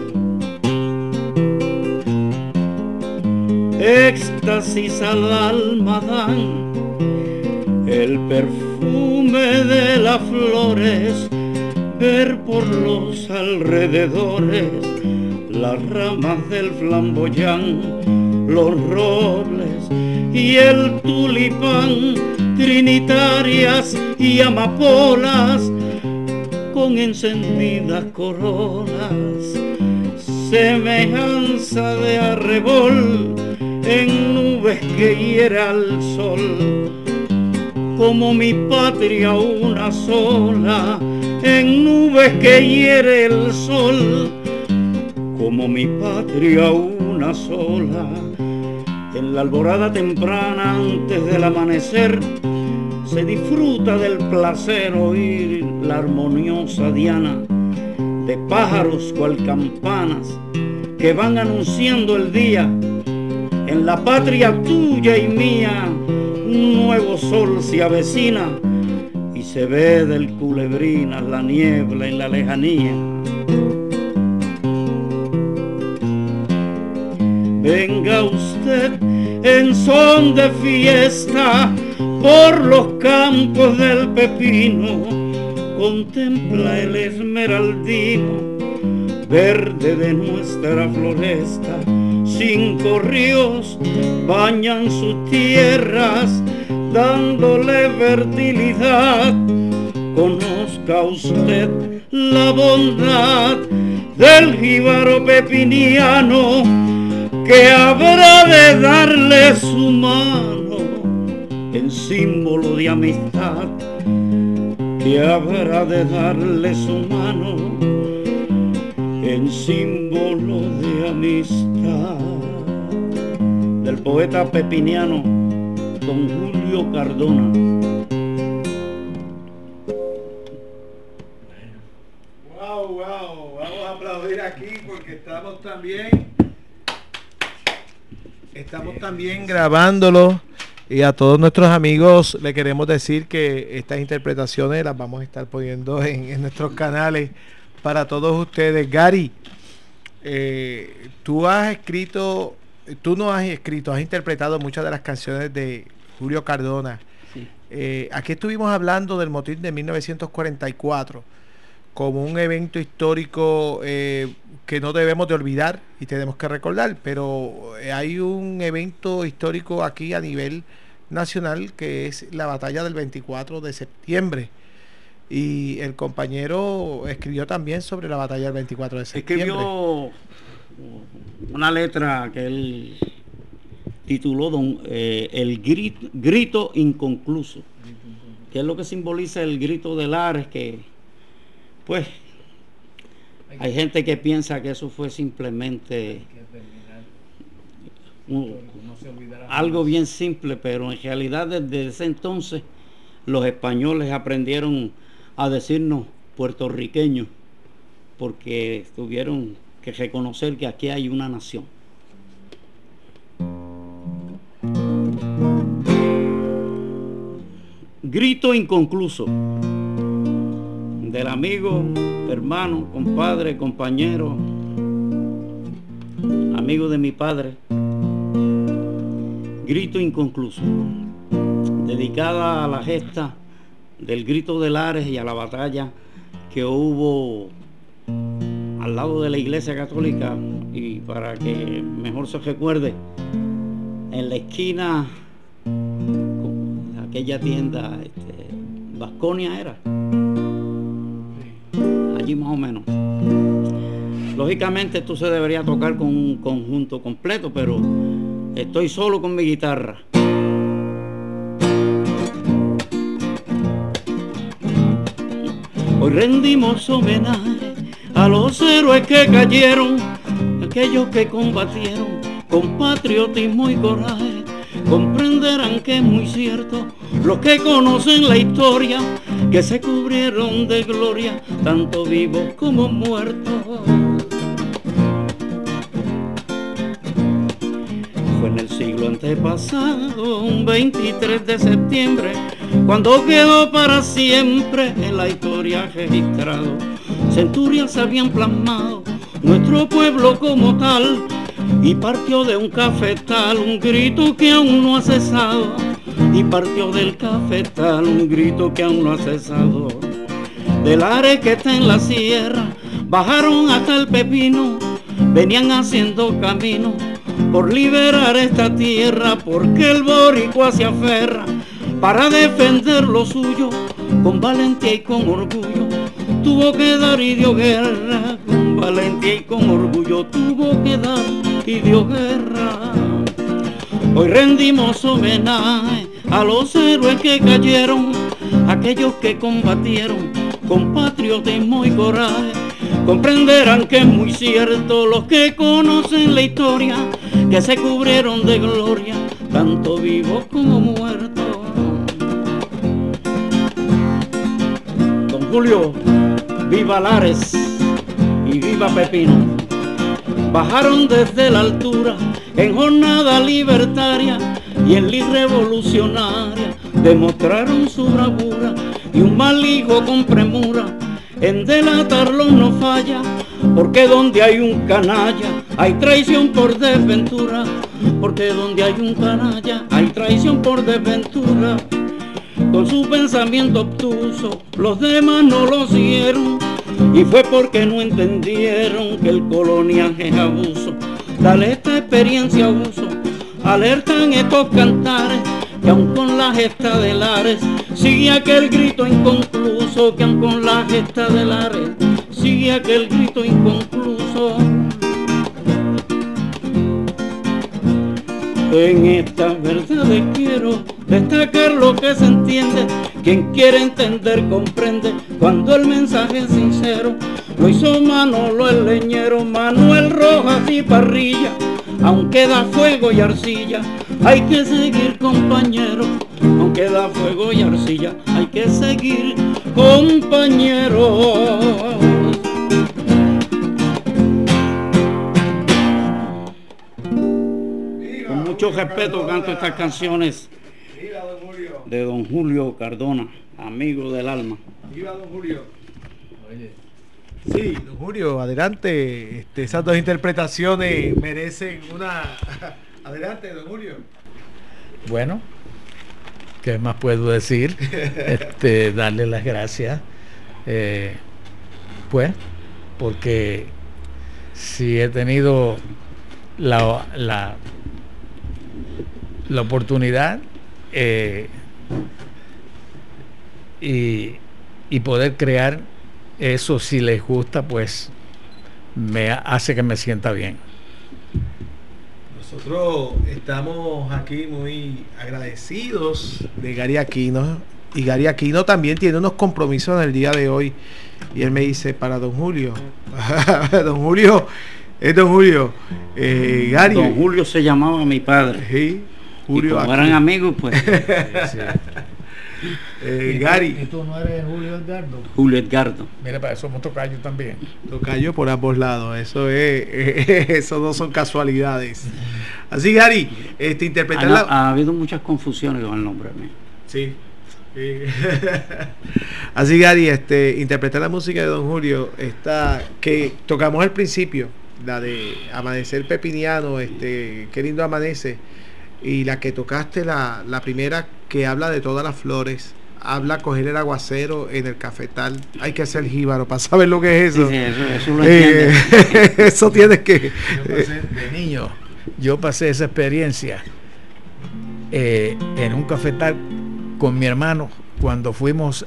Éxtasis al alma dan el perfume de las flores, ver por los alrededores las ramas del flamboyán, los robles y el tulipán, trinitarias y amapolas con encendidas corolas, semejanza de arrebol en nubes que hiere al sol, como mi patria una sola, en nubes que hiere el sol, como mi patria una sola. En la alborada temprana antes del amanecer se disfruta del placer oír la armoniosa diana de pájaros cual campanas que van anunciando el día. En la patria tuya y mía un nuevo sol se avecina y se ve del Culebrinas la niebla en la lejanía. Venga usted en son de fiesta por los campos del Pepino, contempla el esmeraldino verde de nuestra floresta. 5 ríos bañan sus tierras dándole fertilidad. Conozca usted la bondad del jíbaro pepiniano, que habrá de darle su mano en símbolo de amistad, que habrá de darle su mano en símbolo de amistad. Del poeta pepiniano don Julio Cardona. Wow, vamos a aplaudir aquí porque estamos también grabándolo, y a todos nuestros amigos le queremos decir que estas interpretaciones las vamos a estar poniendo en nuestros canales para todos ustedes. Gary, tú has interpretado muchas de las canciones de Julio Cardona. Sí. Aquí estuvimos hablando del motín de 1944 como un evento histórico que no debemos de olvidar y tenemos que recordar, pero hay un evento histórico aquí a nivel nacional que es la batalla del 24 de septiembre. Y el compañero escribió también sobre la batalla del 24 de septiembre. Escribió una letra que él tituló El grito inconcluso, que es lo que simboliza el grito de Lares, que pues hay gente que piensa que eso fue simplemente algo bien simple, pero en realidad desde ese entonces los españoles aprendieron a decirnos puertorriqueños, porque tuvieron que reconocer que aquí hay una nación. Grito inconcluso del amigo, hermano, compadre, compañero, amigo de mi padre. Grito inconcluso, dedicada a la gesta del grito de Lares y a la batalla que hubo al lado de la iglesia católica, y para que mejor se recuerde, en la esquina de aquella tienda Vasconia era, allí más o menos. Lógicamente esto se debería tocar con un conjunto completo, pero estoy solo con mi guitarra. Hoy rendimos homenaje a los héroes que cayeron, aquellos que combatieron con patriotismo y coraje. Comprenderán que es muy cierto los que conocen la historia, que se cubrieron de gloria, tanto vivos como muertos. Fue en el siglo antepasado, un 23 de septiembre, cuando quedó para siempre en la historia registrado. Centurias habían plasmado nuestro pueblo como tal, y partió de un cafetal un grito que aún no ha cesado, y partió del cafetal un grito que aún no ha cesado. Del Lares que está en la sierra, bajaron hasta el Pepino, venían haciendo camino por liberar esta tierra, porque el boricua se aferra para defender lo suyo, con valentía y con orgullo, tuvo que dar y dio guerra, con con valentía y con orgullo tuvo que dar y dio guerra. Hoy rendimos homenaje a los héroes que cayeron, aquellos que combatieron con patriotismo y coraje. Comprenderán que es muy cierto los que conocen la historia, que se cubrieron de gloria, tanto vivos como muertos. Don Julio, viva Lares y viva Pepino. Bajaron desde la altura en jornada libertaria y en ley revolucionaria demostraron su bravura, y un mal hijo con premura en delatarlos no falla, porque donde hay un canalla hay traición por desventura, porque donde hay un canalla hay traición por desventura. Con su pensamiento obtuso los demás no lo siguieron, y fue porque no entendieron que el coloniaje es abuso. Dale esta experiencia a uso, alertan estos cantares, que aun con la gesta de Lares sigue aquel grito inconcluso, que aun con la gesta de Lares sigue aquel grito inconcluso. En estas verdades quiero destacar lo que se entiende, quien quiere entender comprende cuando el mensaje es sincero. Lo hizo Manolo el leñero, Manuel Rojas y Parrilla, aunque da fuego y arcilla, hay que seguir compañero, aunque da fuego y arcilla, hay que seguir compañero. Con mucho respeto canto estas canciones de don Julio Cardona, amigo del alma. Viva don Julio. Sí, don Julio, adelante. Esas dos interpretaciones merecen una... Adelante, don Julio. Bueno, ¿qué más puedo decir? Darle las gracias. Pues, porque si he tenido la oportunidad y poder crear eso, si les gusta, pues me hace que me sienta bien. Nosotros estamos aquí muy agradecidos de Gary Aquino, y Gary Aquino también tiene unos compromisos en el día de hoy, y él me dice para don Julio. Don Julio, es don Julio. Gary. Don Julio se llamaba mi padre. Sí, Julio. Y como eran amigos, pues. Sí. Gary. ¿Y tú no eres Julio Edgardo? Julio Edgardo. Mira, para eso somos tocayos también. Tocayo por ambos lados, eso eso no son casualidades. Así, Gary, interpretar Ha habido muchas confusiones con el nombre mío. Sí. Así, Gary, interpretar la música de don Julio, esta que tocamos al principio, la de Amanecer Pepiniano, qué lindo amanece, y la que tocaste, la primera, que habla de todas las flores, habla coger el aguacero en el cafetal. Hay que hacer jíbaro para saber lo que es eso. Sí, eso lo entiende. Eso tienes que... De niño, yo pasé esa experiencia en un cafetal con mi hermano cuando fuimos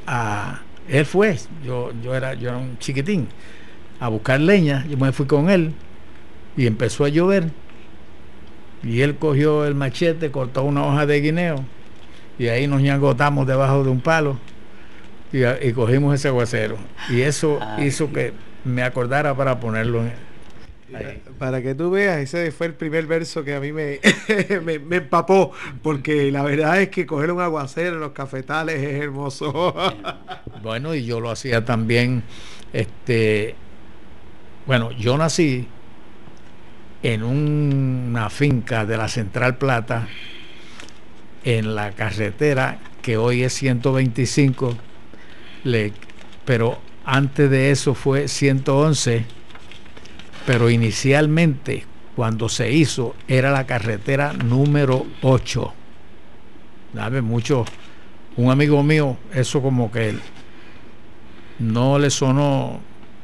yo era un chiquitín, a buscar leña. Yo me fui con él y empezó a llover, y él cogió el machete, cortó una hoja de guineo, y ahí nos ñangotamos debajo de un palo y cogimos ese aguacero, y eso hizo que me acordara para ponerlo ahí. Para que tú veas, ese fue el primer verso que a mí me empapó, porque la verdad es que coger un aguacero en los cafetales es hermoso. Bueno, y yo lo hacía también. Bueno, yo nací en una finca de la Central Plata, en la carretera que hoy es 125, pero antes de eso fue 111, pero inicialmente cuando se hizo era la carretera número 8. Un amigo mío, eso como que no le sonó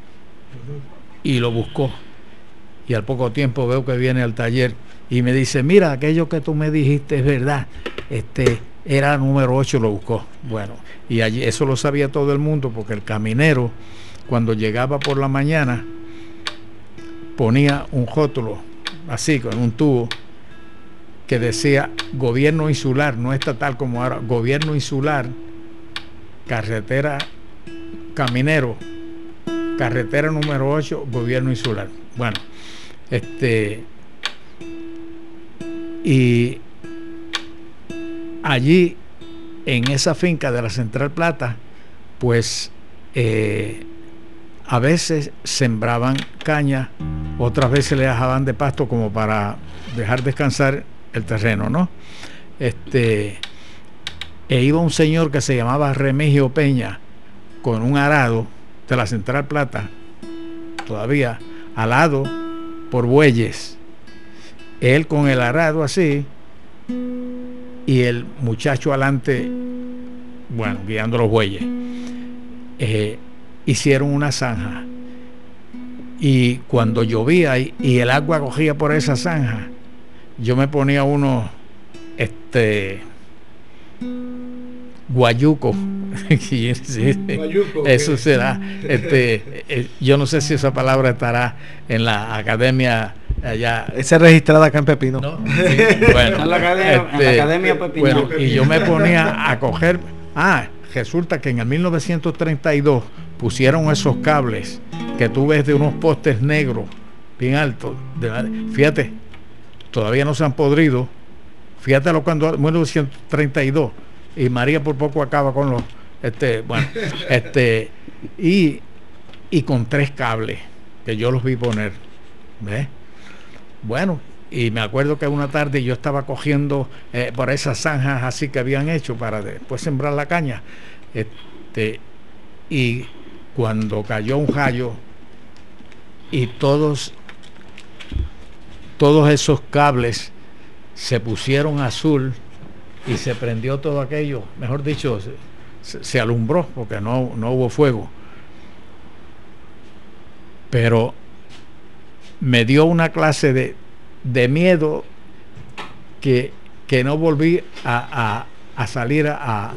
y lo buscó, y al poco tiempo veo que viene al taller y me dice: mira, aquello que tú me dijiste es verdad, era número 8, lo buscó. Bueno, y allí eso lo sabía todo el mundo, porque el caminero, cuando llegaba por la mañana, ponía un rótulo así con un tubo que decía gobierno insular, no estatal como ahora, gobierno insular, carretera Caminero, carretera número 8, gobierno insular. Bueno, y allí en esa finca de la Central Plata, pues a veces sembraban caña, otras veces le dejaban de pasto como para dejar descansar el terreno, ¿no? E iba un señor que se llamaba Remigio Peña con un arado de la Central Plata, todavía alado por bueyes, él con el arado así y el muchacho adelante, bueno, guiando los bueyes. Hicieron una zanja, y cuando llovía y el agua cogía por esa zanja, yo me ponía unos guayucos. Sí, Guayuco, eso será, yo no sé si esa palabra estará en la academia allá. Esa es registrada acá en Pepino. ¿No? Sí, bueno, en la academia Pepino. Bueno, y yo me ponía a coger. Resulta que en el 1932 pusieron esos cables que tú ves de unos postes negros bien altos. Fíjate, todavía no se han podrido. Fíjatelo cuando 1932, y María por poco acaba con los y con 3 cables que yo los vi poner, ¿ves? Bueno, y me acuerdo que una tarde yo estaba cogiendo por esas zanjas así que habían hecho para después sembrar la caña, y cuando cayó un rayo y todos esos cables se pusieron azul y se prendió todo aquello, mejor dicho, se alumbró porque no hubo fuego, pero me dio una clase de miedo que no volví a salir a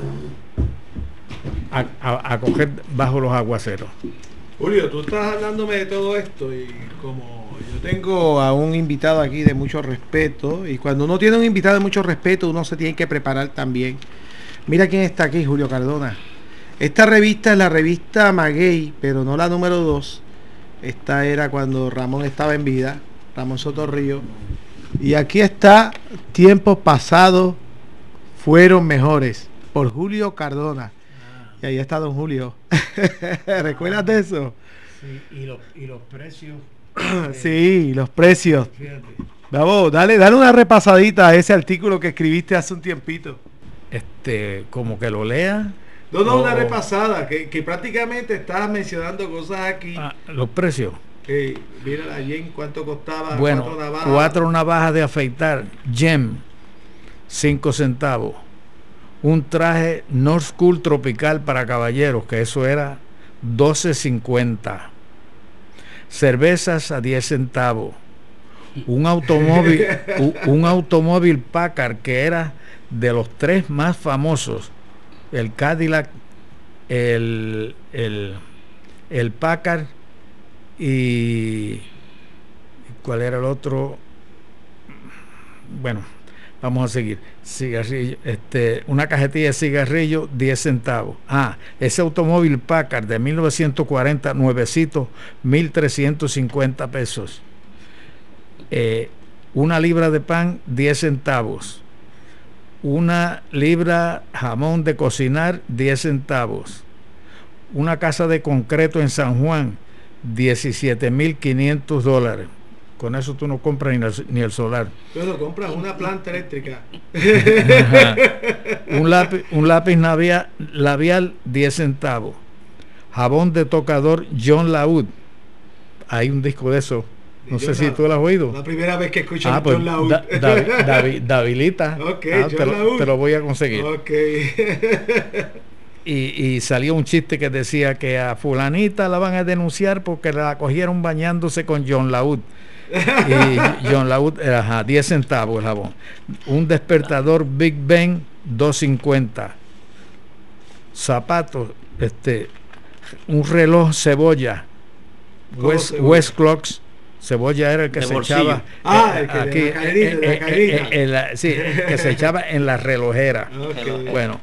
coger bajo los aguaceros. Julio, tú estás hablándome de todo esto, y como yo tengo a un invitado aquí de mucho respeto, y cuando uno tiene un invitado de mucho respeto, uno se tiene que preparar también. Mira quién está aquí, Julio Cardona. Esta revista es la revista Maguey, pero no la número 2. Esta era cuando Ramón estaba en vida, Ramón Sotorrío. Y aquí está Tiempos Pasados Fueron Mejores, por Julio Cardona. Y ahí está don Julio. ¿Recuerdas de eso? Sí, y los precios. Sí, los precios. Fíjate. Vamos, dale una repasadita a ese artículo que escribiste hace un tiempito. Como que lo lea. No, una repasada, que prácticamente estabas mencionando cosas aquí. Los precios. Mira allí en cuánto costaba. Bueno, 4 navajas de afeitar, Gem, 5 centavos. Un traje North School tropical para caballeros, que eso era 12.50. Cervezas a 10 centavos. Un automóvil Packard, que era de los 3 más famosos, el Cadillac, el Packard, y ¿cuál era el otro? Bueno, vamos a seguir. Cigarrillo, una cajetilla de cigarrillo, 10 centavos. Ese automóvil Packard de 1940, nuevecito, 1.350 pesos. Una libra de pan, 10 centavos. Una libra jamón de cocinar, 10 centavos. Una casa de concreto en San Juan, $17,500. Con eso tú no compras ni el solar. Pero compras una planta eléctrica. Un lápiz labial, 10 centavos. Jabón de tocador John Laud. Hay un disco de eso. No sé si tú lo has oído. La primera vez que escucho pues, John Laud. Davilita. Okay, te lo voy a conseguir. Okay. Y salió un chiste que decía que a fulanita la van a denunciar porque la cogieron bañándose con John Laud. Y John Laud era 10 centavos el jabón. Un despertador Big Ben, 2.50. Zapatos, un reloj Cebolla West Clocks, Cebolla era el que De se bolsillo. echaba El que aquí, de la cadenita. sí, que se echaba en la relojera. Ok. Bueno,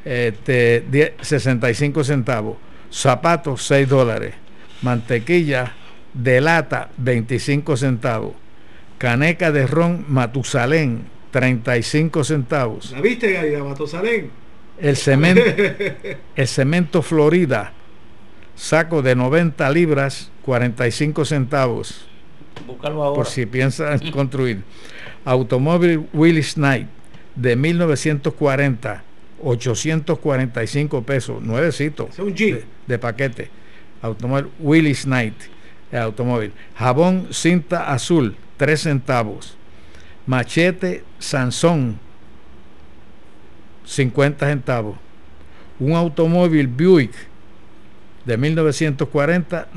65 centavos. Zapatos, $6. Mantequilla de lata, 25 centavos. Caneca de ron Matusalén, 35 centavos. ¿La viste, Gary, la Matusalén? El cemento Florida, saco de 90 libras, 45 centavos. Búscalo ahora. Por si piensan construir. Automóvil Willis Knight de 1940, 845 pesos, nuevecito. Es un Jeep. De paquete. Automóvil Willis Knight. El automóvil. Jabón cinta azul, 3 centavos. Machete Sansón, 50 centavos. Un automóvil Buick de 1940,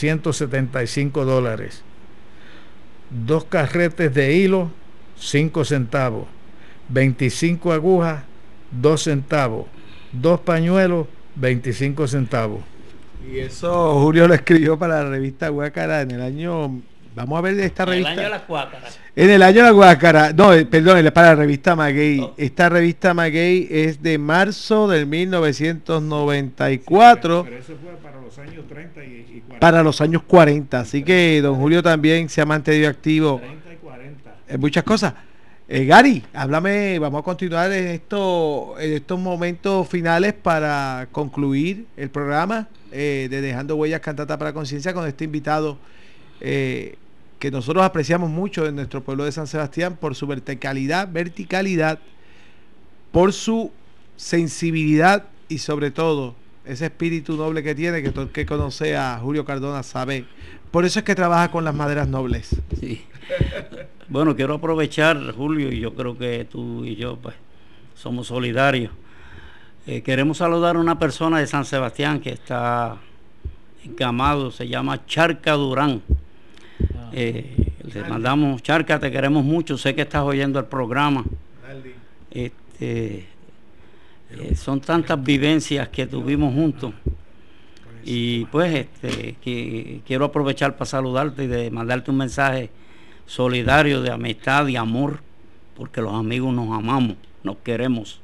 $975. 2 carretes de hilo, 5 centavos. 25 agujas, 2 centavos. 2 pañuelos, 25 centavos. Y eso Julio lo escribió para la revista Guácara en el año... Vamos a ver de esta revista. El año de las cuácaras. En el año de la Guácara. No, perdón, es para la revista Maguey. Oh. Esta revista Maguey es de marzo del 1994. Pero eso fue para los años 30 y 40. Para los años 40. Así que don Julio también se ha mantenido activo 30 y 40. en muchas cosas. Gary, háblame, vamos a continuar en estos momentos finales para concluir el programa de Dejando Huellas Cantata para Conciencia con este invitado que nosotros apreciamos mucho en nuestro pueblo de San Sebastián por su verticalidad, por su sensibilidad y sobre todo ese espíritu noble que tiene, que todo el que conoce a Julio Cardona sabe. Por eso es que trabaja con las maderas nobles. Sí. Bueno, quiero aprovechar, Julio, y yo creo que tú y yo pues somos solidarios. Queremos saludar a una persona de San Sebastián que está encamado, se llama Charca Durán. Le mandamos, Charca, te queremos mucho, sé que estás oyendo el programa. Son tantas vivencias que tuvimos juntos. Y pues quiero aprovechar para saludarte y de mandarte un mensaje solidario de amistad y amor, porque los amigos nos amamos, nos queremos.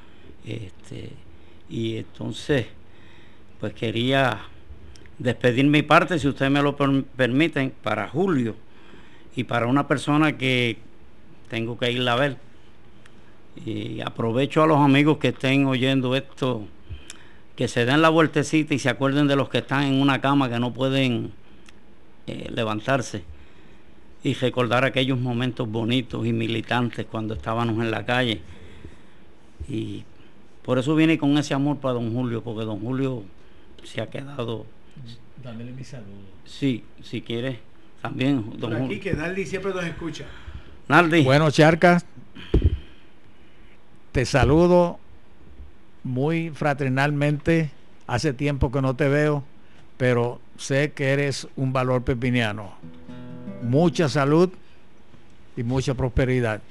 Y entonces pues quería despedir mi parte, si ustedes me lo permiten, para Julio y para una persona que tengo que irla a ver. Y aprovecho a los amigos que estén oyendo esto, que se den la vueltecita y se acuerden de los que están en una cama que no pueden levantarse, y recordar aquellos momentos bonitos y militantes cuando estábamos en la calle. Y por eso vine con ese amor para don Julio, porque don Julio se ha quedado. Dándole mi saludo. Sí, si quieres también, don Por aquí Julio. que Naldi siempre nos escucha. Naldi. Bueno, Charca, te saludo muy fraternalmente. Hace tiempo que no te veo, pero sé que eres un valor pepiniano. Mucha salud y mucha prosperidad.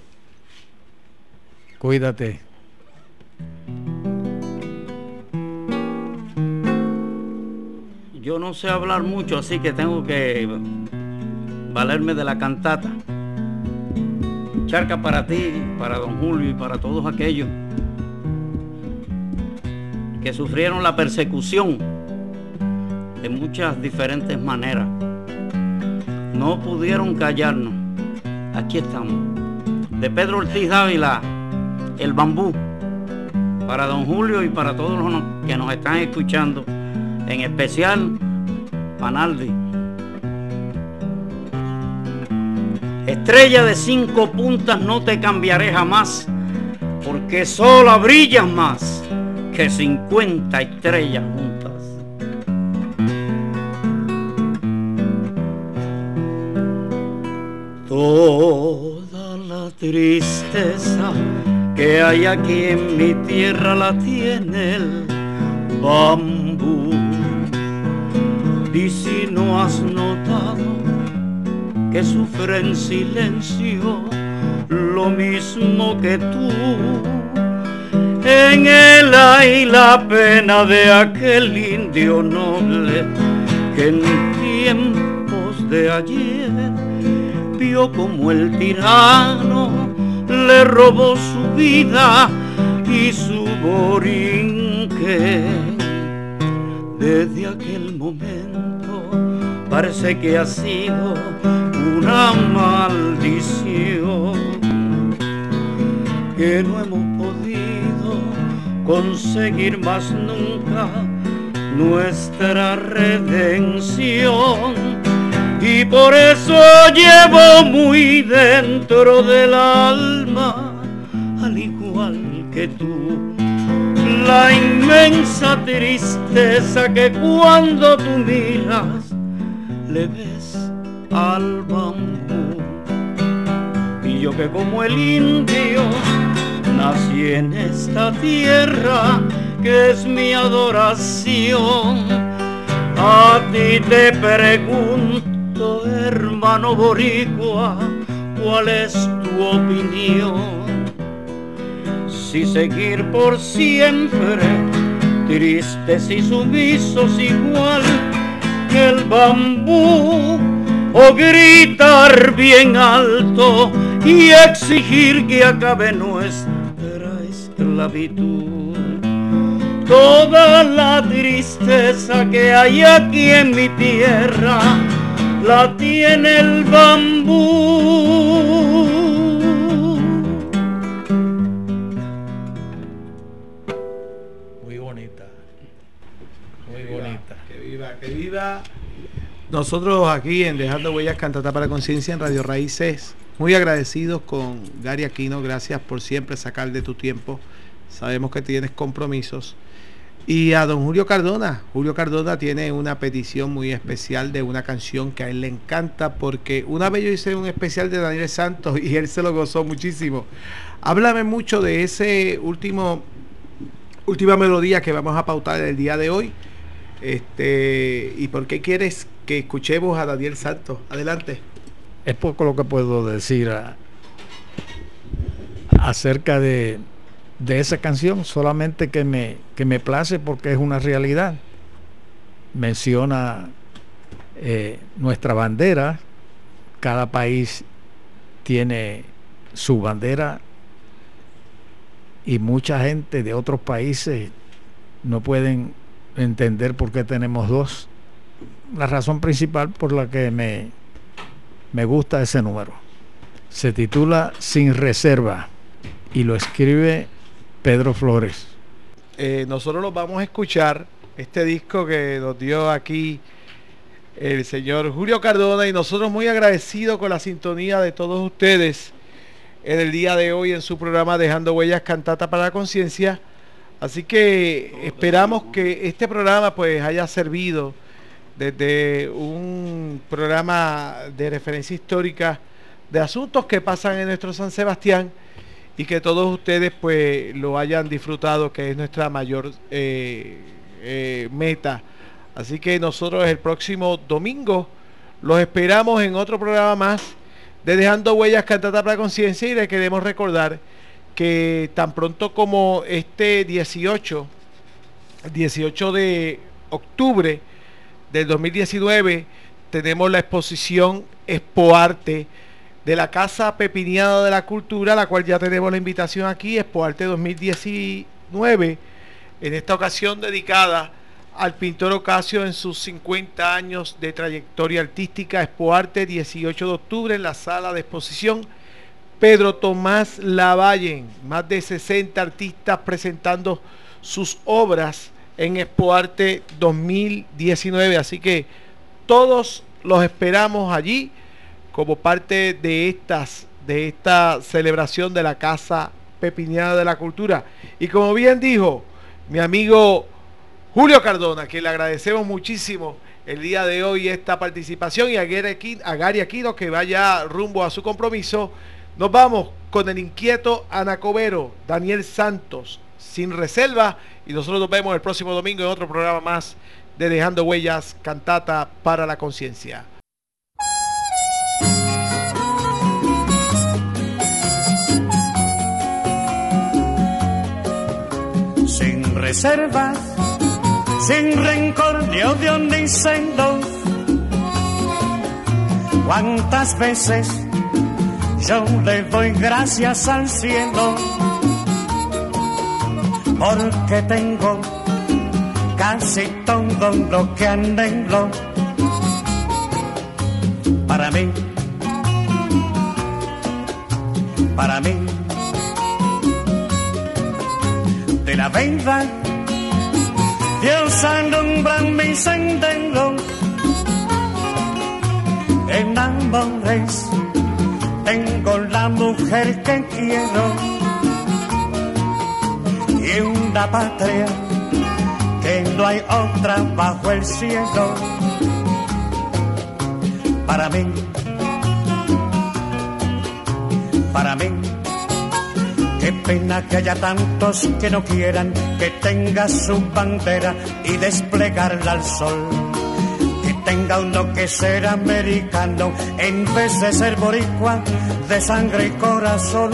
Cuídate. Yo no sé hablar mucho, así que tengo que valerme de la cantata. Charca, para ti, para don Julio y para todos aquellos que sufrieron la persecución de muchas diferentes maneras. No pudieron callarnos. Aquí estamos. De Pedro Ortiz Dávila, El Bambú. Para don Julio y para todos los que nos están escuchando. En especial, Panaldi. Estrella de 5 puntas, no te cambiaré jamás, porque sola brillas más que 50 estrellas juntas. Toda la tristeza que hay aquí en mi tierra la tiene el bambú. Y si no has notado que sufre en silencio lo mismo que tú, en él hay la pena de aquel indio noble que en tiempos de ayer vio como el tirano le robó su vida y su borinque. Desde aquel momento parece que ha sido una maldición, que no hemos podido conseguir más nunca nuestra redención, y por eso llevo muy dentro del alma, al igual que tú, la inmensa tristeza que cuando tú miras le ves al bambú. Y yo que como el indio nací en esta tierra que es mi adoración, a ti te pregunto, hermano boricua, ¿cuál es tu opinión? Si seguir por siempre tristes y sumisos igual que el bambú, o gritar bien alto y exigir que acabe nuestra esclavitud. Toda la tristeza que hay aquí en mi tierra la tiene el bambú. Muy bonita, muy bonita. Que viva, que viva. Nosotros aquí en Dejando Huellas, Cantata para la Conciencia en Radio Raíces, muy agradecidos con Gary Aquino. Gracias por siempre sacar de tu tiempo. Sabemos que tienes compromisos. Y a don Julio Cardona. Julio Cardona tiene una petición muy especial de una canción que a él le encanta, porque una vez yo hice un especial de Daniel Santos y él se lo gozó muchísimo. Háblame mucho de ese última melodía que vamos a pautar el día de hoy. ¿Y por qué quieres que escuchemos a Daniel Santos? Adelante. Es poco lo que puedo decir acerca de esa canción, solamente que me place porque es una realidad. Menciona nuestra bandera. Cada país tiene su bandera y mucha gente de otros países no pueden entender por qué tenemos dos. La razón principal por la que me gusta ese número. Se titula Sin Reserva y lo escribe Pedro Flores. Nosotros los vamos a escuchar, este disco que nos dio aquí el señor Julio Cardona, y nosotros muy agradecidos con la sintonía de todos ustedes en el día de hoy en su programa Dejando Huellas, Cantata para la Conciencia. Así que esperamos que este programa pues haya servido desde un programa de referencia histórica de asuntos que pasan en nuestro San Sebastián, y que todos ustedes pues lo hayan disfrutado, que es nuestra mayor meta. Así que nosotros el próximo domingo los esperamos en otro programa más de Dejando Huellas, Cantata para la Conciencia, y les queremos recordar que tan pronto como este 18 de octubre del 2019 tenemos la exposición Expoarte de la Casa Pepiniana de la Cultura, la cual ya tenemos la invitación aquí, Expoarte 2019, en esta ocasión dedicada al pintor Ocasio en sus 50 años de trayectoria artística. Expoarte 18 de octubre en la sala de exposición Pedro Tomás Lavallen, más de 60 artistas presentando sus obras en Expoarte 2019, así que todos los esperamos allí como parte de esta celebración de la Casa Pepiniana de la Cultura. Y como bien dijo mi amigo Julio Cardona, que le agradecemos muchísimo el día de hoy esta participación, y a Gary Aquino, que vaya rumbo a su compromiso, nos vamos con el inquieto anacobero Daniel Santos, Sin Reserva, y nosotros nos vemos el próximo domingo en otro programa más de Dejando Huellas, Cantata para la Conciencia. Sin reservas, sin rencor ni odio ni celos, cuántas veces yo le doy gracias al cielo, porque tengo casi todo lo que anhelo. Para mí, de la vida, Dios alumbra mi sendero. En amores tengo la mujer que quiero y una patria que no hay otra bajo el cielo. Para mí, qué pena que haya tantos que no quieran que tenga su bandera y desplegarla al sol. Que tenga uno que ser americano en vez de ser boricua de sangre y corazón.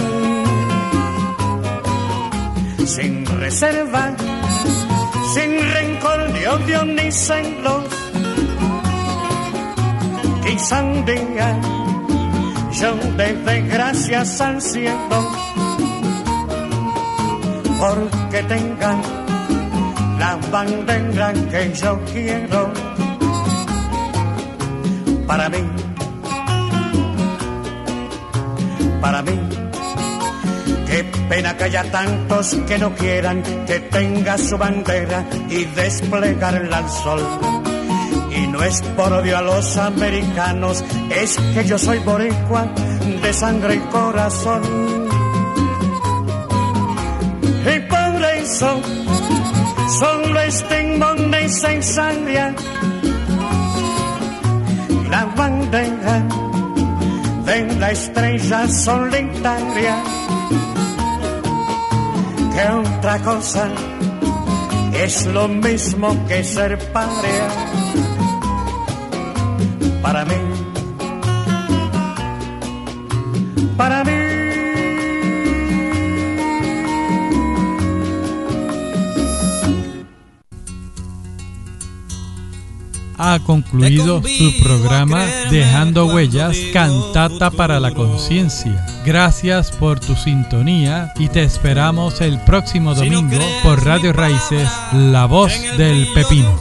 Sin reserva, sin rencor ni odio ni celos. Quizá un día yo le dé gracias al cielo, porque tenga la bandera que yo quiero. Para mí, qué pena que haya tantos que no quieran que tenga su bandera y desplegarla al sol. Y no es por odio a los americanos, es que yo soy boricua de sangre y corazón. Y por eso solo estigmones en sangre la bandera de la estrella solitaria. Que otra cosa es lo mismo que ser patria. Para mí, ha concluido su programa Dejando Huellas, Cantata para la Conciencia. Gracias por tu sintonía y te esperamos el próximo domingo por Radio Raíces, La Voz del Pepino.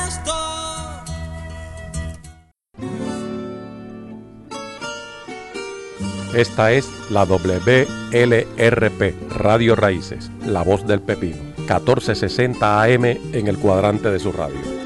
Esta es la WLRP, Radio Raíces, La Voz del Pepino, 1460 AM en el cuadrante de su radio.